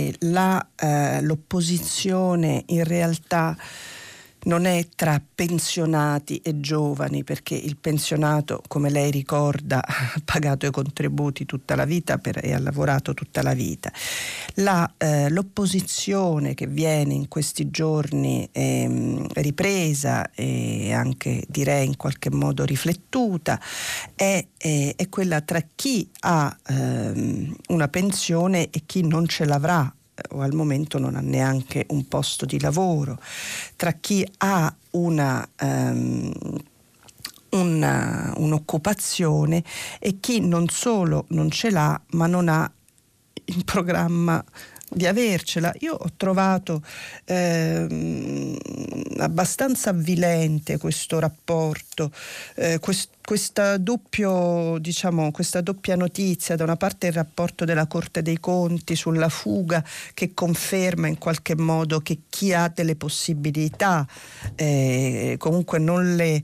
l'opposizione in realtà non è tra pensionati e giovani, perché il pensionato, come lei ricorda, ha pagato i contributi tutta la vita e ha lavorato tutta la vita. L'opposizione che viene in questi giorni ripresa e anche direi in qualche modo riflettuta è quella tra chi ha una pensione e chi non ce l'avrà, o al momento non ha neanche un posto di lavoro, tra chi ha un'occupazione e chi non solo non ce l'ha, ma non ha in programma di avercela. Io ho trovato abbastanza avvilente questo rapporto, questa doppia notizia: da una parte il rapporto della Corte dei Conti sulla fuga, che conferma in qualche modo che chi ha delle possibilità comunque non le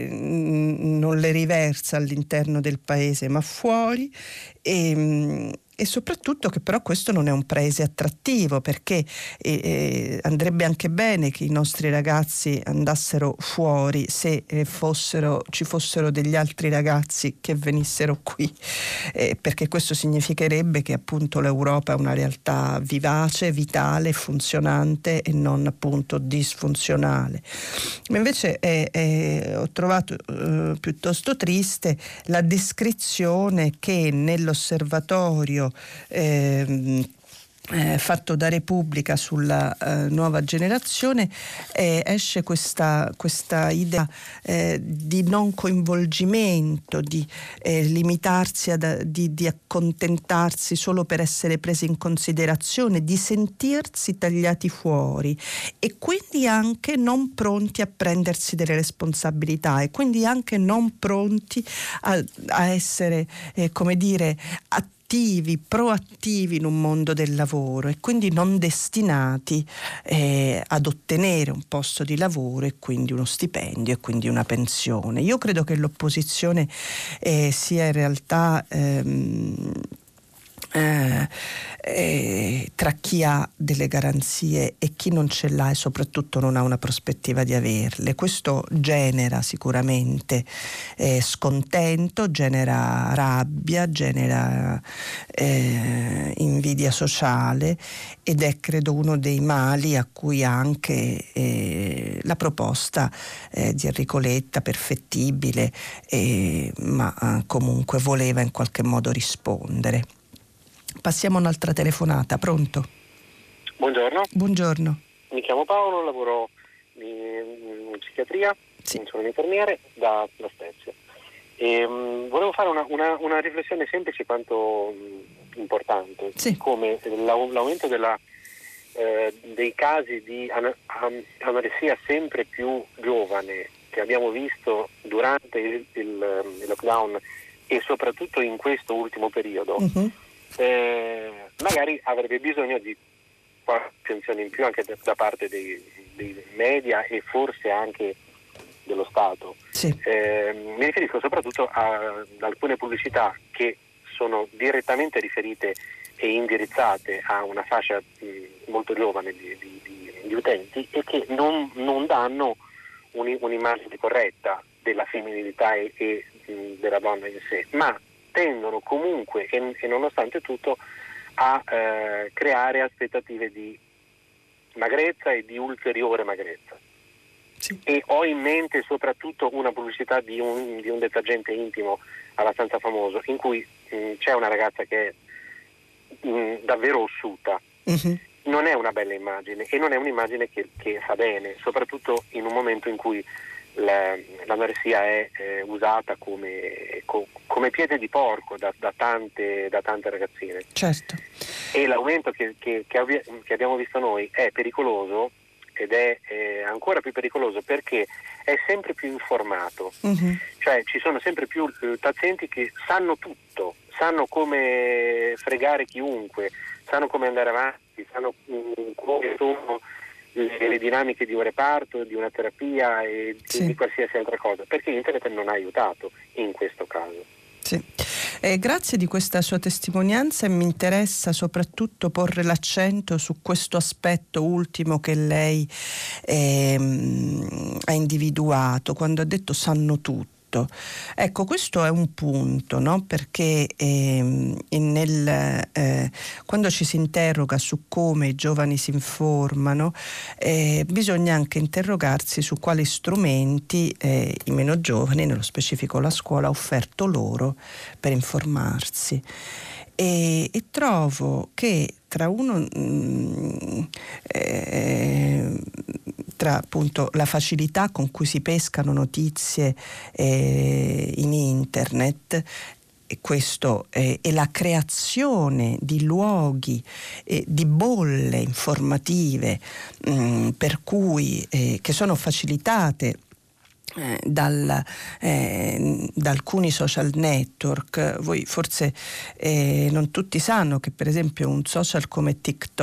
riversa all'interno del paese ma fuori, E soprattutto che però questo non è un paese attrattivo, perché andrebbe anche bene che i nostri ragazzi andassero fuori se ci fossero degli altri ragazzi che venissero qui, perché questo significherebbe che appunto l'Europa è una realtà vivace, vitale, funzionante e non appunto disfunzionale. Ma invece ho trovato piuttosto triste la descrizione che nell'osservatorio fatto da Repubblica sulla nuova generazione esce questa idea di non coinvolgimento, di limitarsi di accontentarsi solo per essere presi in considerazione, di sentirsi tagliati fuori e quindi anche non pronti a prendersi delle responsabilità e quindi anche non pronti a essere proattivi in un mondo del lavoro e quindi non destinati ad ottenere un posto di lavoro e quindi uno stipendio e quindi una pensione. Io credo che l'opposizione sia in realtà tra chi ha delle garanzie e chi non ce l'ha e soprattutto non ha una prospettiva di averle. Questo genera sicuramente scontento, genera rabbia, genera invidia sociale ed è credo uno dei mali a cui anche la proposta di Enrico Letta, perfettibile, ma comunque voleva in qualche modo rispondere. Passiamo a un'altra telefonata, pronto? Buongiorno. Buongiorno. Mi chiamo Paolo, lavoro in psichiatria, Sì. sono un infermiere da Spezia. E, volevo fare una riflessione semplice quanto importante, Sì. come l'aumento dei casi di anoressia sempre più giovane che abbiamo visto durante il lockdown e soprattutto in questo ultimo periodo. Uh-huh. Magari avrebbe bisogno di qualche attenzione in più anche da parte dei media e forse anche dello Stato. Sì. Mi riferisco soprattutto ad alcune pubblicità che sono direttamente riferite e indirizzate a una fascia molto giovane di utenti e che non danno un'immagine corretta della femminilità e della donna in sé, ma tendono comunque e nonostante tutto a creare aspettative di magrezza e di ulteriore magrezza. Sì. E ho in mente soprattutto una pubblicità di un detergente intimo abbastanza famoso in cui c'è una ragazza che è davvero ossuta. Uh-huh. Non è una bella immagine e non è un'immagine che fa bene, soprattutto in un momento in cui l'anoressia è usata come piede di porco da tante ragazzine. Certo. E l'aumento che abbiamo visto noi è pericoloso ed è ancora più pericoloso perché è sempre più informato. Uh-huh. Cioè ci sono sempre più pazienti che sanno tutto, sanno come fregare chiunque, sanno come andare avanti, sanno come sono le dinamiche di un reparto, di una terapia e Sì. di qualsiasi altra cosa, perché internet non ha aiutato in questo caso. Sì. Grazie di questa sua testimonianza e mi interessa soprattutto porre l'accento su questo aspetto ultimo che lei ha individuato quando ha detto sanno tutto. Ecco, questo è un punto, no? Perché quando ci si interroga su come i giovani si informano, bisogna anche interrogarsi su quali strumenti i meno giovani, nello specifico la scuola, ha offerto loro per informarsi. E trovo che tra appunto la facilità con cui si pescano notizie in internet e questo e la creazione di luoghi di bolle informative per cui che sono facilitate da alcuni social network. Voi forse non tutti sanno che per esempio un social come TikTok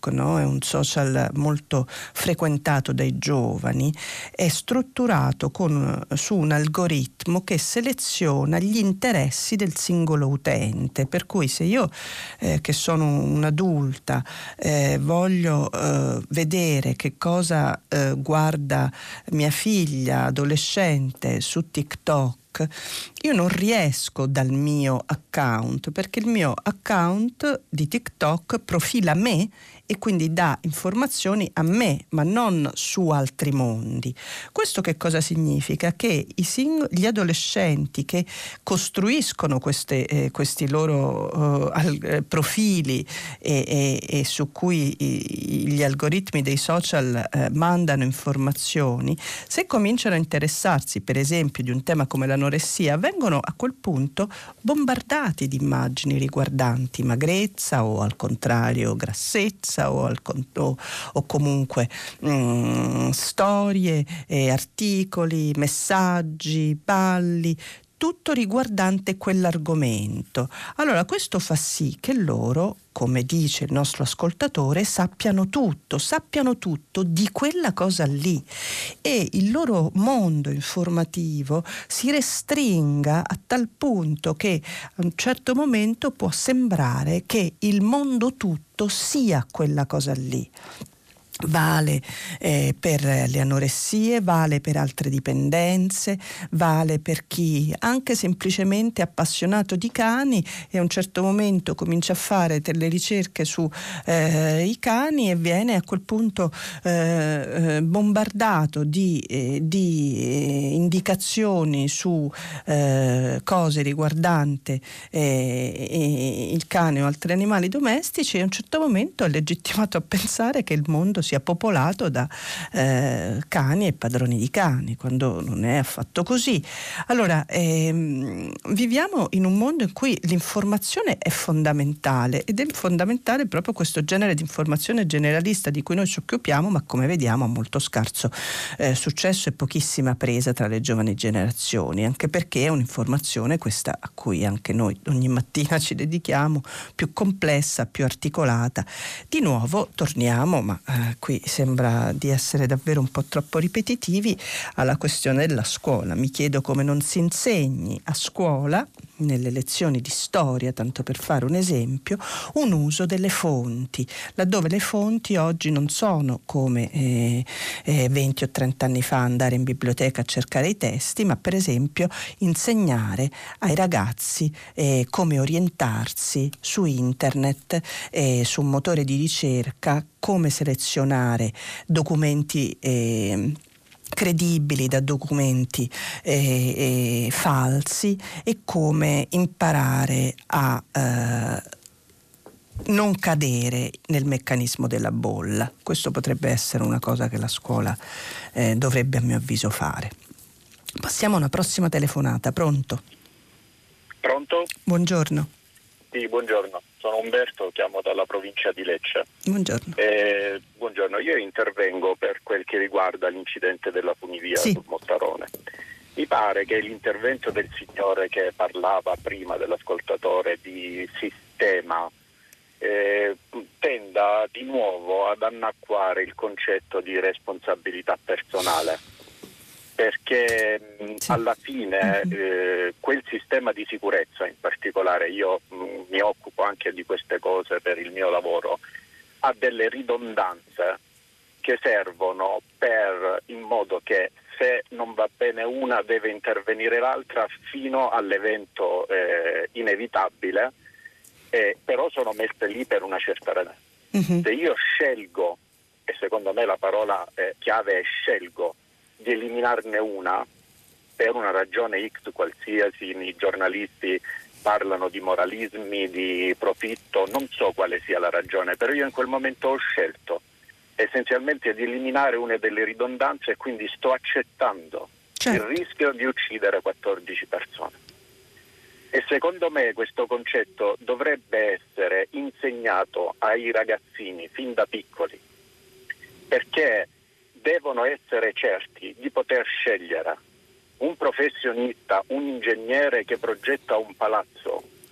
TikTok, no? È un social molto frequentato dai giovani, è strutturato su un algoritmo che seleziona gli interessi del singolo utente, per cui se io che sono un'adulta voglio vedere che cosa guarda mia figlia adolescente su TikTok, io non riesco dal mio account, perché il mio account di TikTok profila me e quindi dà informazioni a me, ma non su altri mondi. Questo che cosa significa? Che gli adolescenti che costruiscono questi loro profili e su cui gli algoritmi dei social mandano informazioni, se cominciano a interessarsi per esempio di un tema come l'anoressia, vengono a quel punto bombardati di immagini riguardanti magrezza o al contrario grassezza o comunque storie, articoli, messaggi, balli, tutto riguardante quell'argomento. Allora questo fa sì che loro, come dice il nostro ascoltatore, sappiano tutto di quella cosa lì e il loro mondo informativo si restringa a tal punto che a un certo momento può sembrare che il mondo tutto sia quella cosa lì. Vale per le anoressie, vale per altre dipendenze, vale per chi anche semplicemente appassionato di cani e a un certo momento comincia a fare delle ricerche su i cani e viene a quel punto bombardato di indicazioni su cose riguardanti il cane o altri animali domestici, e a un certo momento è legittimato a pensare che il mondo sia popolato da cani e padroni di cani, quando non è affatto così. Allora, viviamo in un mondo in cui l'informazione è fondamentale ed è fondamentale proprio questo genere di informazione generalista di cui noi ci occupiamo, ma come vediamo ha molto scarso successo e pochissima presa tra le giovani generazioni, anche perché è un'informazione, questa a cui anche noi ogni mattina ci dedichiamo, più complessa, più articolata. Di nuovo torniamo, ma qui sembra di essere davvero un po' troppo ripetitivi, alla questione della scuola. Mi chiedo come non si insegni a scuola, nelle lezioni di storia, tanto per fare un esempio, un uso delle fonti, laddove le fonti oggi non sono come 20 o 30 anni fa andare in biblioteca a cercare i testi, ma per esempio insegnare ai ragazzi come orientarsi su internet, su un motore di ricerca, come selezionare documenti credibili da documenti falsi e come imparare a non cadere nel meccanismo della bolla. Questo potrebbe essere una cosa che la scuola dovrebbe, a mio avviso, fare. Passiamo a una prossima telefonata. Pronto? Pronto? Buongiorno. Sì, buongiorno. Sono Umberto, chiamo dalla provincia di Lecce. Buongiorno. Buongiorno, io intervengo per quel che riguarda l'incidente della funivia sul Mottarone. Mi pare che l'intervento del signore che parlava prima dell'ascoltatore di sistema tenda di nuovo ad annacquare il concetto di responsabilità personale, perché alla fine quel sistema di sicurezza, in particolare io mi occupo anche di queste cose per il mio lavoro, ha delle ridondanze che servono in modo che se non va bene una deve intervenire l'altra fino all'evento inevitabile, però sono messe lì per una certa ragione. Se io scelgo, e secondo me la parola chiave è scelgo, di eliminarne una per una ragione X qualsiasi, i giornalisti parlano di moralismi, di profitto, non so quale sia la ragione, però io in quel momento ho scelto essenzialmente di eliminare una delle ridondanze e quindi sto accettando il rischio di uccidere 14 persone. E secondo me questo concetto dovrebbe essere insegnato ai ragazzini fin da piccoli, perché devono essere certi di poter scegliere un professionista, un ingegnere che progetta un palazzo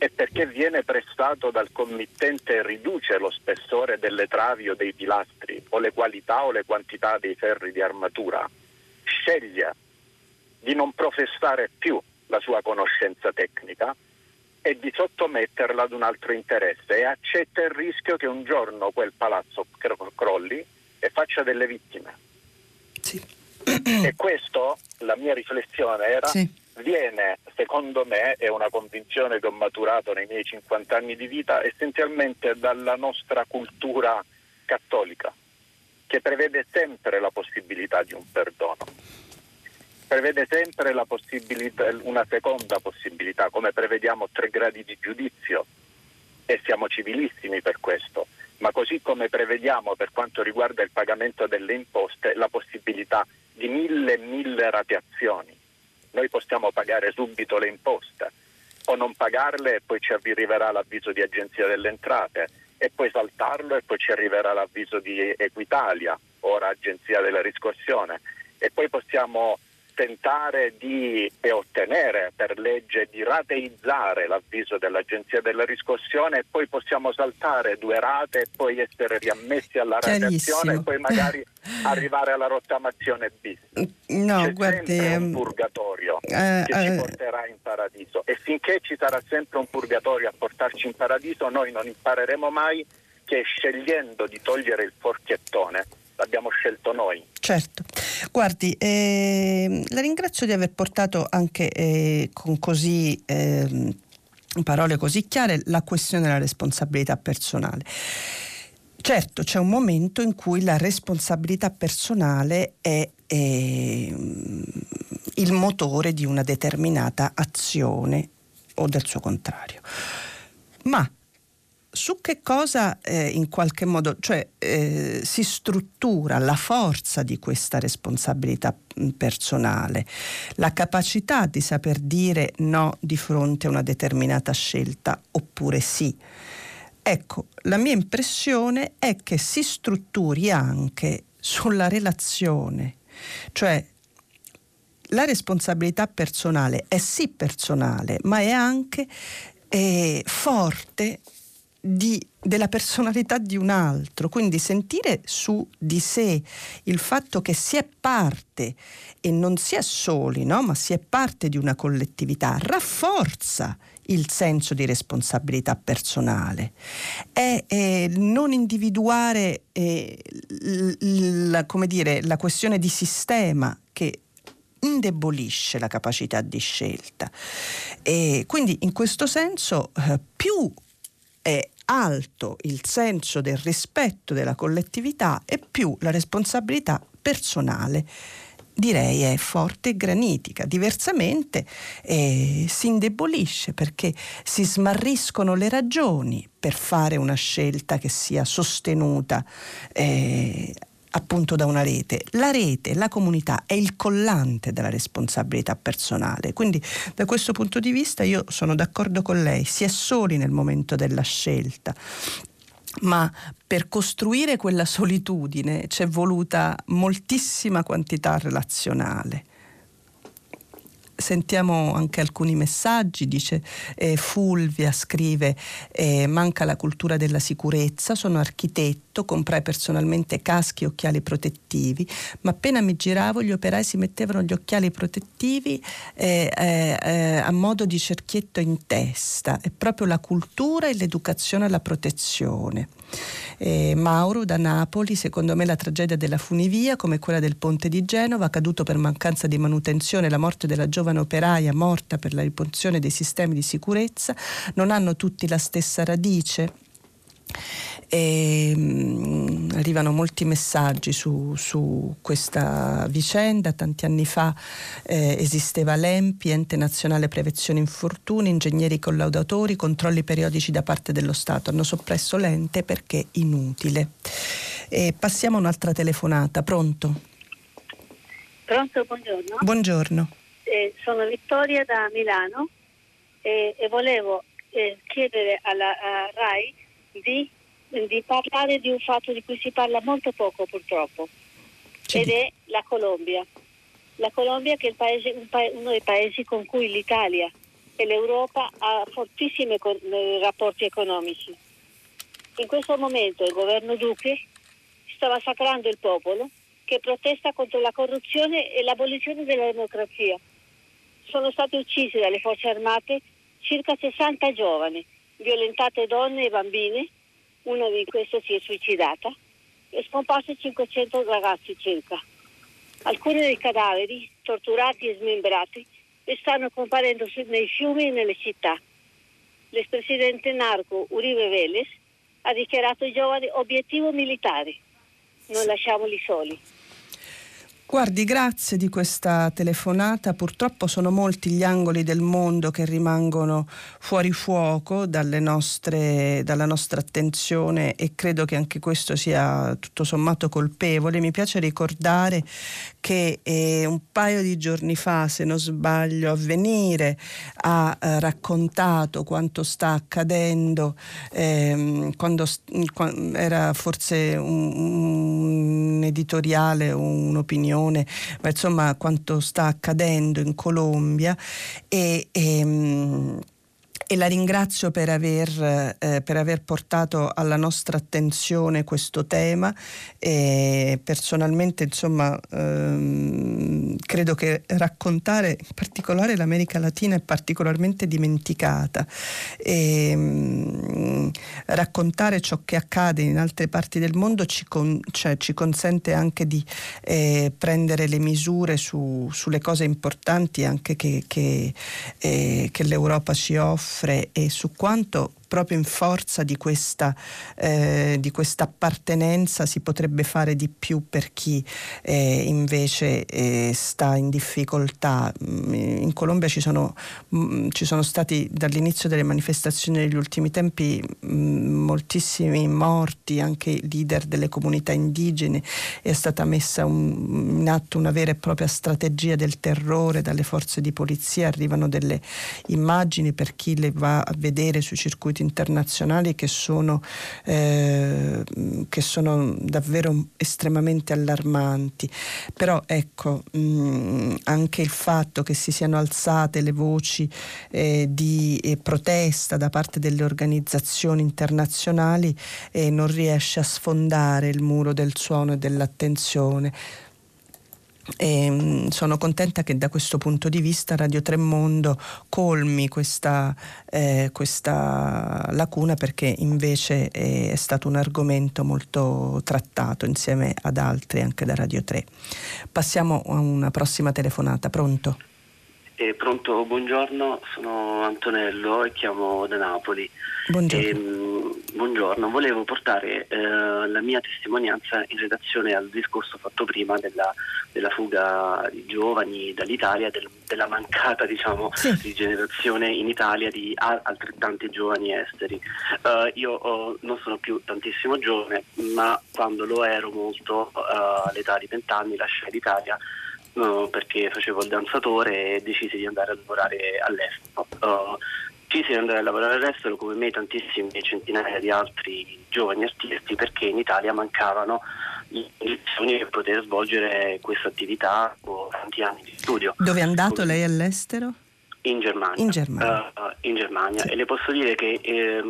e perché viene prestato dal committente e riduce lo spessore delle travi o dei pilastri o le qualità o le quantità dei ferri di armatura, sceglie di non professare più la sua conoscenza tecnica e di sottometterla ad un altro interesse e accetta il rischio che un giorno quel palazzo crolli e faccia delle vittime. Sì. E questo, la mia riflessione era, sì, viene, secondo me, è una convinzione che ho maturato nei miei 50 anni di vita, essenzialmente dalla nostra cultura cattolica, che prevede sempre la possibilità di un perdono, prevede sempre la possibilità, una seconda possibilità, come prevediamo 3 gradi di giudizio, e siamo civilissimi per questo, ma così come prevediamo per quanto riguarda il pagamento delle imposte la possibilità di 1000 rateazioni. Noi possiamo pagare subito le imposte o non pagarle e poi ci arriverà l'avviso di Agenzia delle Entrate e poi saltarlo e poi ci arriverà l'avviso di Equitalia, ora Agenzia della Riscossione, e poi possiamo tentare di ottenere per legge di rateizzare l'avviso dell'Agenzia della Riscossione e poi possiamo saltare 2 rate e poi essere riammessi alla rateazione e poi magari arrivare alla rottamazione bis. No, C'è guardi, sempre un purgatorio che ci porterà in paradiso, e finché ci sarà sempre un purgatorio a portarci in paradiso noi non impareremo mai che scegliendo di togliere il forchettone l'abbiamo scelto noi. Certo, guardi, la ringrazio di aver portato anche con così parole così chiare la questione della responsabilità personale. Certo, c'è un momento in cui la responsabilità personale è il motore di una determinata azione o del suo contrario. Ma su che cosa in qualche modo, cioè si struttura la forza di questa responsabilità personale, la capacità di saper dire no di fronte a una determinata scelta oppure sì. Ecco, la mia impressione è che si strutturi anche sulla relazione, cioè la responsabilità personale è sì personale, ma è anche forte della personalità di un altro, quindi sentire su di sé il fatto che si è parte e non si è soli, no? Ma si è parte di una collettività, rafforza il senso di responsabilità personale, è non individuare la questione di sistema che indebolisce la capacità di scelta, e quindi in questo senso più è alto il senso del rispetto della collettività e più la responsabilità personale, direi, è forte e granitica. Diversamente si indebolisce, perché si smarriscono le ragioni per fare una scelta che sia sostenuta appunto da una rete. La rete, la comunità è il collante della responsabilità personale, quindi da questo punto di vista io sono d'accordo con lei, si è soli nel momento della scelta, ma per costruire quella solitudine c'è voluta moltissima quantità relazionale. Sentiamo anche alcuni messaggi. Dice Fulvia, scrive manca la cultura della sicurezza, sono architetto, comprai personalmente caschi e occhiali protettivi, ma appena mi giravo gli operai si mettevano gli occhiali protettivi a modo di cerchietto in testa. È proprio la cultura e l'educazione alla protezione. Mauro da Napoli, secondo me la tragedia della funivia, come quella del ponte di Genova, caduto per mancanza di manutenzione, la morte della giovane operaia morta per la riposizione dei sistemi di sicurezza, non hanno tutti la stessa radice. Arrivano molti messaggi su questa vicenda. Tanti anni fa esisteva l'ENPI, Ente Nazionale Prevenzione Infortuni, ingegneri collaudatori, controlli periodici da parte dello Stato. Hanno soppresso l'ente perché è inutile. Passiamo a un'altra telefonata. Pronto? Pronto, buongiorno. Buongiorno. Sono Vittoria da Milano e volevo chiedere alla RAI di parlare di un fatto di cui si parla molto poco purtroppo, ed è la Colombia. La Colombia, che è uno dei paesi con cui l'Italia e l'Europa ha fortissimi rapporti economici. In questo momento il governo Duque sta massacrando il popolo che protesta contro la corruzione e l'abolizione della democrazia. Sono state uccise dalle forze armate circa 60 giovani, violentate donne e bambine, una di queste si è suicidata, e scomparse 500 ragazzi circa. Alcuni dei cadaveri, torturati e smembrati, stanno comparendo nei fiumi e nelle città. L'ex presidente narco Uribe Vélez ha dichiarato i giovani obiettivo militare. Non lasciamoli soli. Guardi, grazie di questa telefonata. Purtroppo sono molti gli angoli del mondo che rimangono fuori fuoco dalla nostra attenzione, e credo che anche questo sia tutto sommato colpevole. Mi piace ricordare che un paio di giorni fa, se non sbaglio, Avvenire ha raccontato quanto sta accadendo, quando era forse un editoriale o un'opinione, ma insomma quanto sta accadendo in Colombia, e la ringrazio per aver portato alla nostra attenzione questo tema. Personalmente, insomma, credo che raccontare in particolare l'America Latina è particolarmente dimenticata, raccontare ciò che accade in altre parti del mondo ci consente anche di prendere le misure sulle cose importanti anche che l'Europa ci offre, e su quanto proprio in forza di questa appartenenza si potrebbe fare di più per chi invece sta in difficoltà. In Colombia ci sono stati dall'inizio delle manifestazioni negli ultimi tempi moltissimi morti, anche leader delle comunità indigene. È stata messa in atto una vera e propria strategia del terrore dalle forze di polizia. Arrivano delle immagini, per chi le va a vedere sui circuiti internazionali, che sono davvero estremamente allarmanti. Però ecco, anche il fatto che si siano alzate le voci di protesta da parte delle organizzazioni internazionali non riesce a sfondare il muro del suono e dell'attenzione. E sono contenta che da questo punto di vista Radio Tremondo colmi questa lacuna, perché invece è stato un argomento molto trattato insieme ad altri anche da Radio 3. Passiamo a una prossima telefonata. Pronto? Pronto, buongiorno, sono Antonello e chiamo da Napoli. Buongiorno. Buongiorno, volevo portare la mia testimonianza in relazione al discorso fatto prima della fuga di giovani dall'Italia, della mancata rigenerazione in Italia di altrettanti giovani esteri. Io non sono più tantissimo giovane, ma quando lo ero molto, all'età di 20 anni lasciai l'Italia perché facevo il danzatore e decisi di andare a lavorare all'estero. Decisi di andare a lavorare all'estero come me tantissimi centinaia di altri giovani artisti, perché in Italia mancavano le condizioni per poter svolgere questa attività con tanti anni di studio. Dove è andato lei all'estero? In Germania. In Germania. Sì. E le posso dire che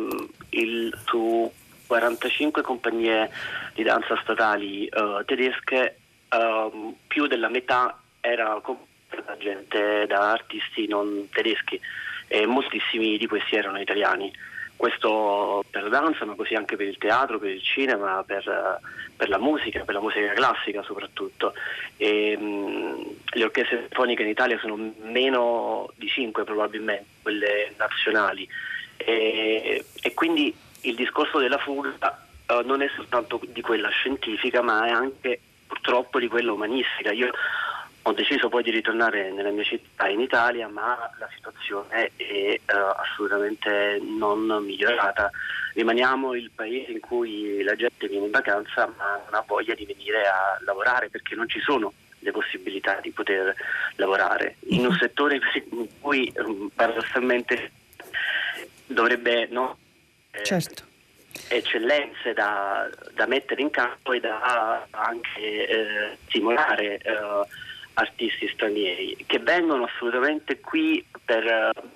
su 45 compagnie di danza statali tedesche, più della metà era da gente, da artisti non tedeschi, e moltissimi di questi erano italiani. Questo per la danza, ma così anche per il teatro, per il cinema, per la musica classica soprattutto. Le orchestre sinfoniche in Italia sono meno di 5 probabilmente, quelle nazionali, e quindi il discorso della fuga non è soltanto di quella scientifica, ma è anche purtroppo di quella umanistica. Io ho deciso poi di ritornare nella mia città in Italia, ma la situazione è assolutamente non migliorata. Rimaniamo il paese in cui la gente viene in vacanza ma non ha voglia di venire a lavorare, perché non ci sono le possibilità di poter lavorare in un settore in cui paradossalmente dovrebbe certo, eccellenze da mettere in campo e da anche stimolare artisti stranieri che vengono assolutamente qui per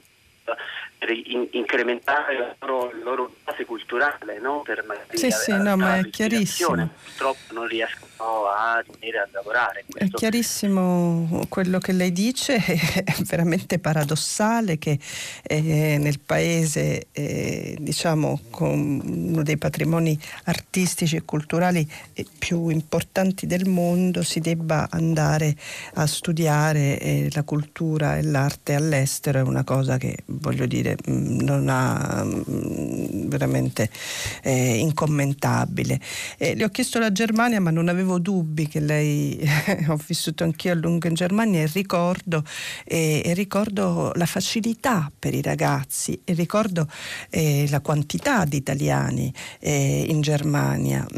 incrementare la loro base culturale, no? Per ma è chiarissimo. Purtroppo non riescono a venire a lavorare. È chiarissimo quello che lei dice, è veramente paradossale che nel paese, diciamo, con uno dei patrimoni artistici e culturali più importanti del mondo, si debba andare a studiare la cultura e l'arte all'estero. È una cosa che, voglio dire, non ha veramente incommentabile. Le ho chiesto la Germania, ma non avevo dubbi che lei ho vissuto anch'io a lungo in Germania e ricordo la facilità per i ragazzi e ricordo la quantità di italiani in Germania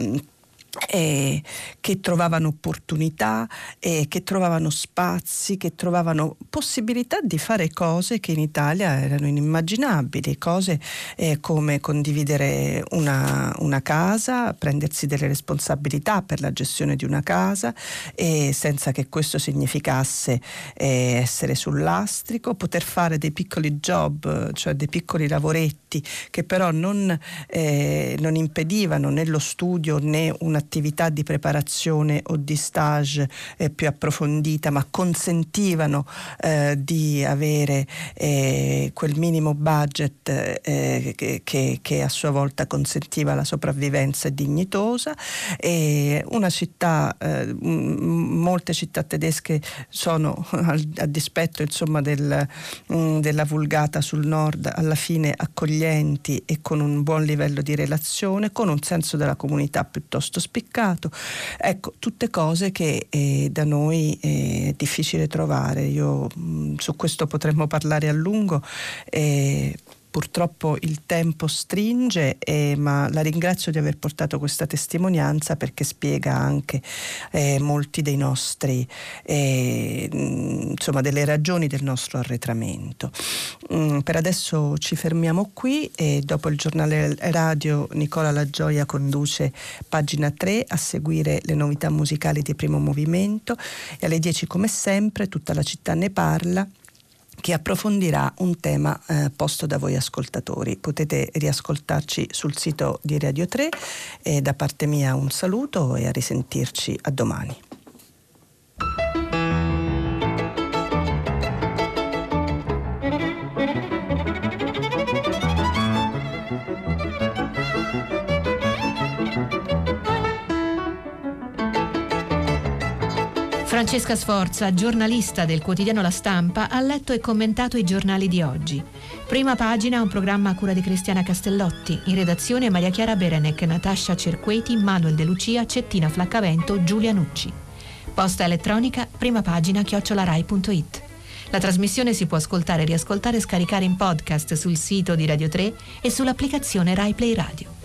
che trovavano opportunità, che trovavano spazi, che trovavano possibilità di fare cose che in Italia erano inimmaginabili, cose come condividere una casa, prendersi delle responsabilità per la gestione di una casa senza che questo significasse essere sul lastrico, poter fare dei piccoli job, cioè dei piccoli lavoretti che però non impedivano né lo studio né un'attività di preparazione o di stage più approfondita, ma consentivano di avere quel minimo budget che a sua volta consentiva la sopravvivenza dignitosa. Una città, molte città tedesche sono a dispetto, insomma, della vulgata sul nord, alla fine accoglienti e con un buon livello di relazione, con un senso della comunità piuttosto spiccato. Ecco, tutte cose che da noi è difficile trovare. Io su questo potremmo parlare a lungo. Purtroppo il tempo stringe, ma la ringrazio di aver portato questa testimonianza, perché spiega anche molti dei nostri, insomma, delle ragioni del nostro arretramento. Per adesso ci fermiamo qui e dopo il giornale radio Nicola La Gioia conduce Pagina 3, a seguire le novità musicali di Primo Movimento, e alle 10 come sempre Tutta la città ne parla, che approfondirà un tema posto da voi ascoltatori. Potete riascoltarci sul sito di Radio 3 e da parte mia un saluto e a risentirci a domani. Francesca Sforza, giornalista del quotidiano La Stampa, ha letto e commentato i giornali di oggi. Prima Pagina, un programma a cura di Cristiana Castellotti. In redazione Maria Chiara Berenec, Natascia Cerqueti, Manuel De Lucia, Cettina Flaccavento, Giulia Nucci. Posta elettronica primapagina@rai.it. La trasmissione si può ascoltare, riascoltare e scaricare in podcast sul sito di Radio 3 e sull'applicazione Rai Play Radio.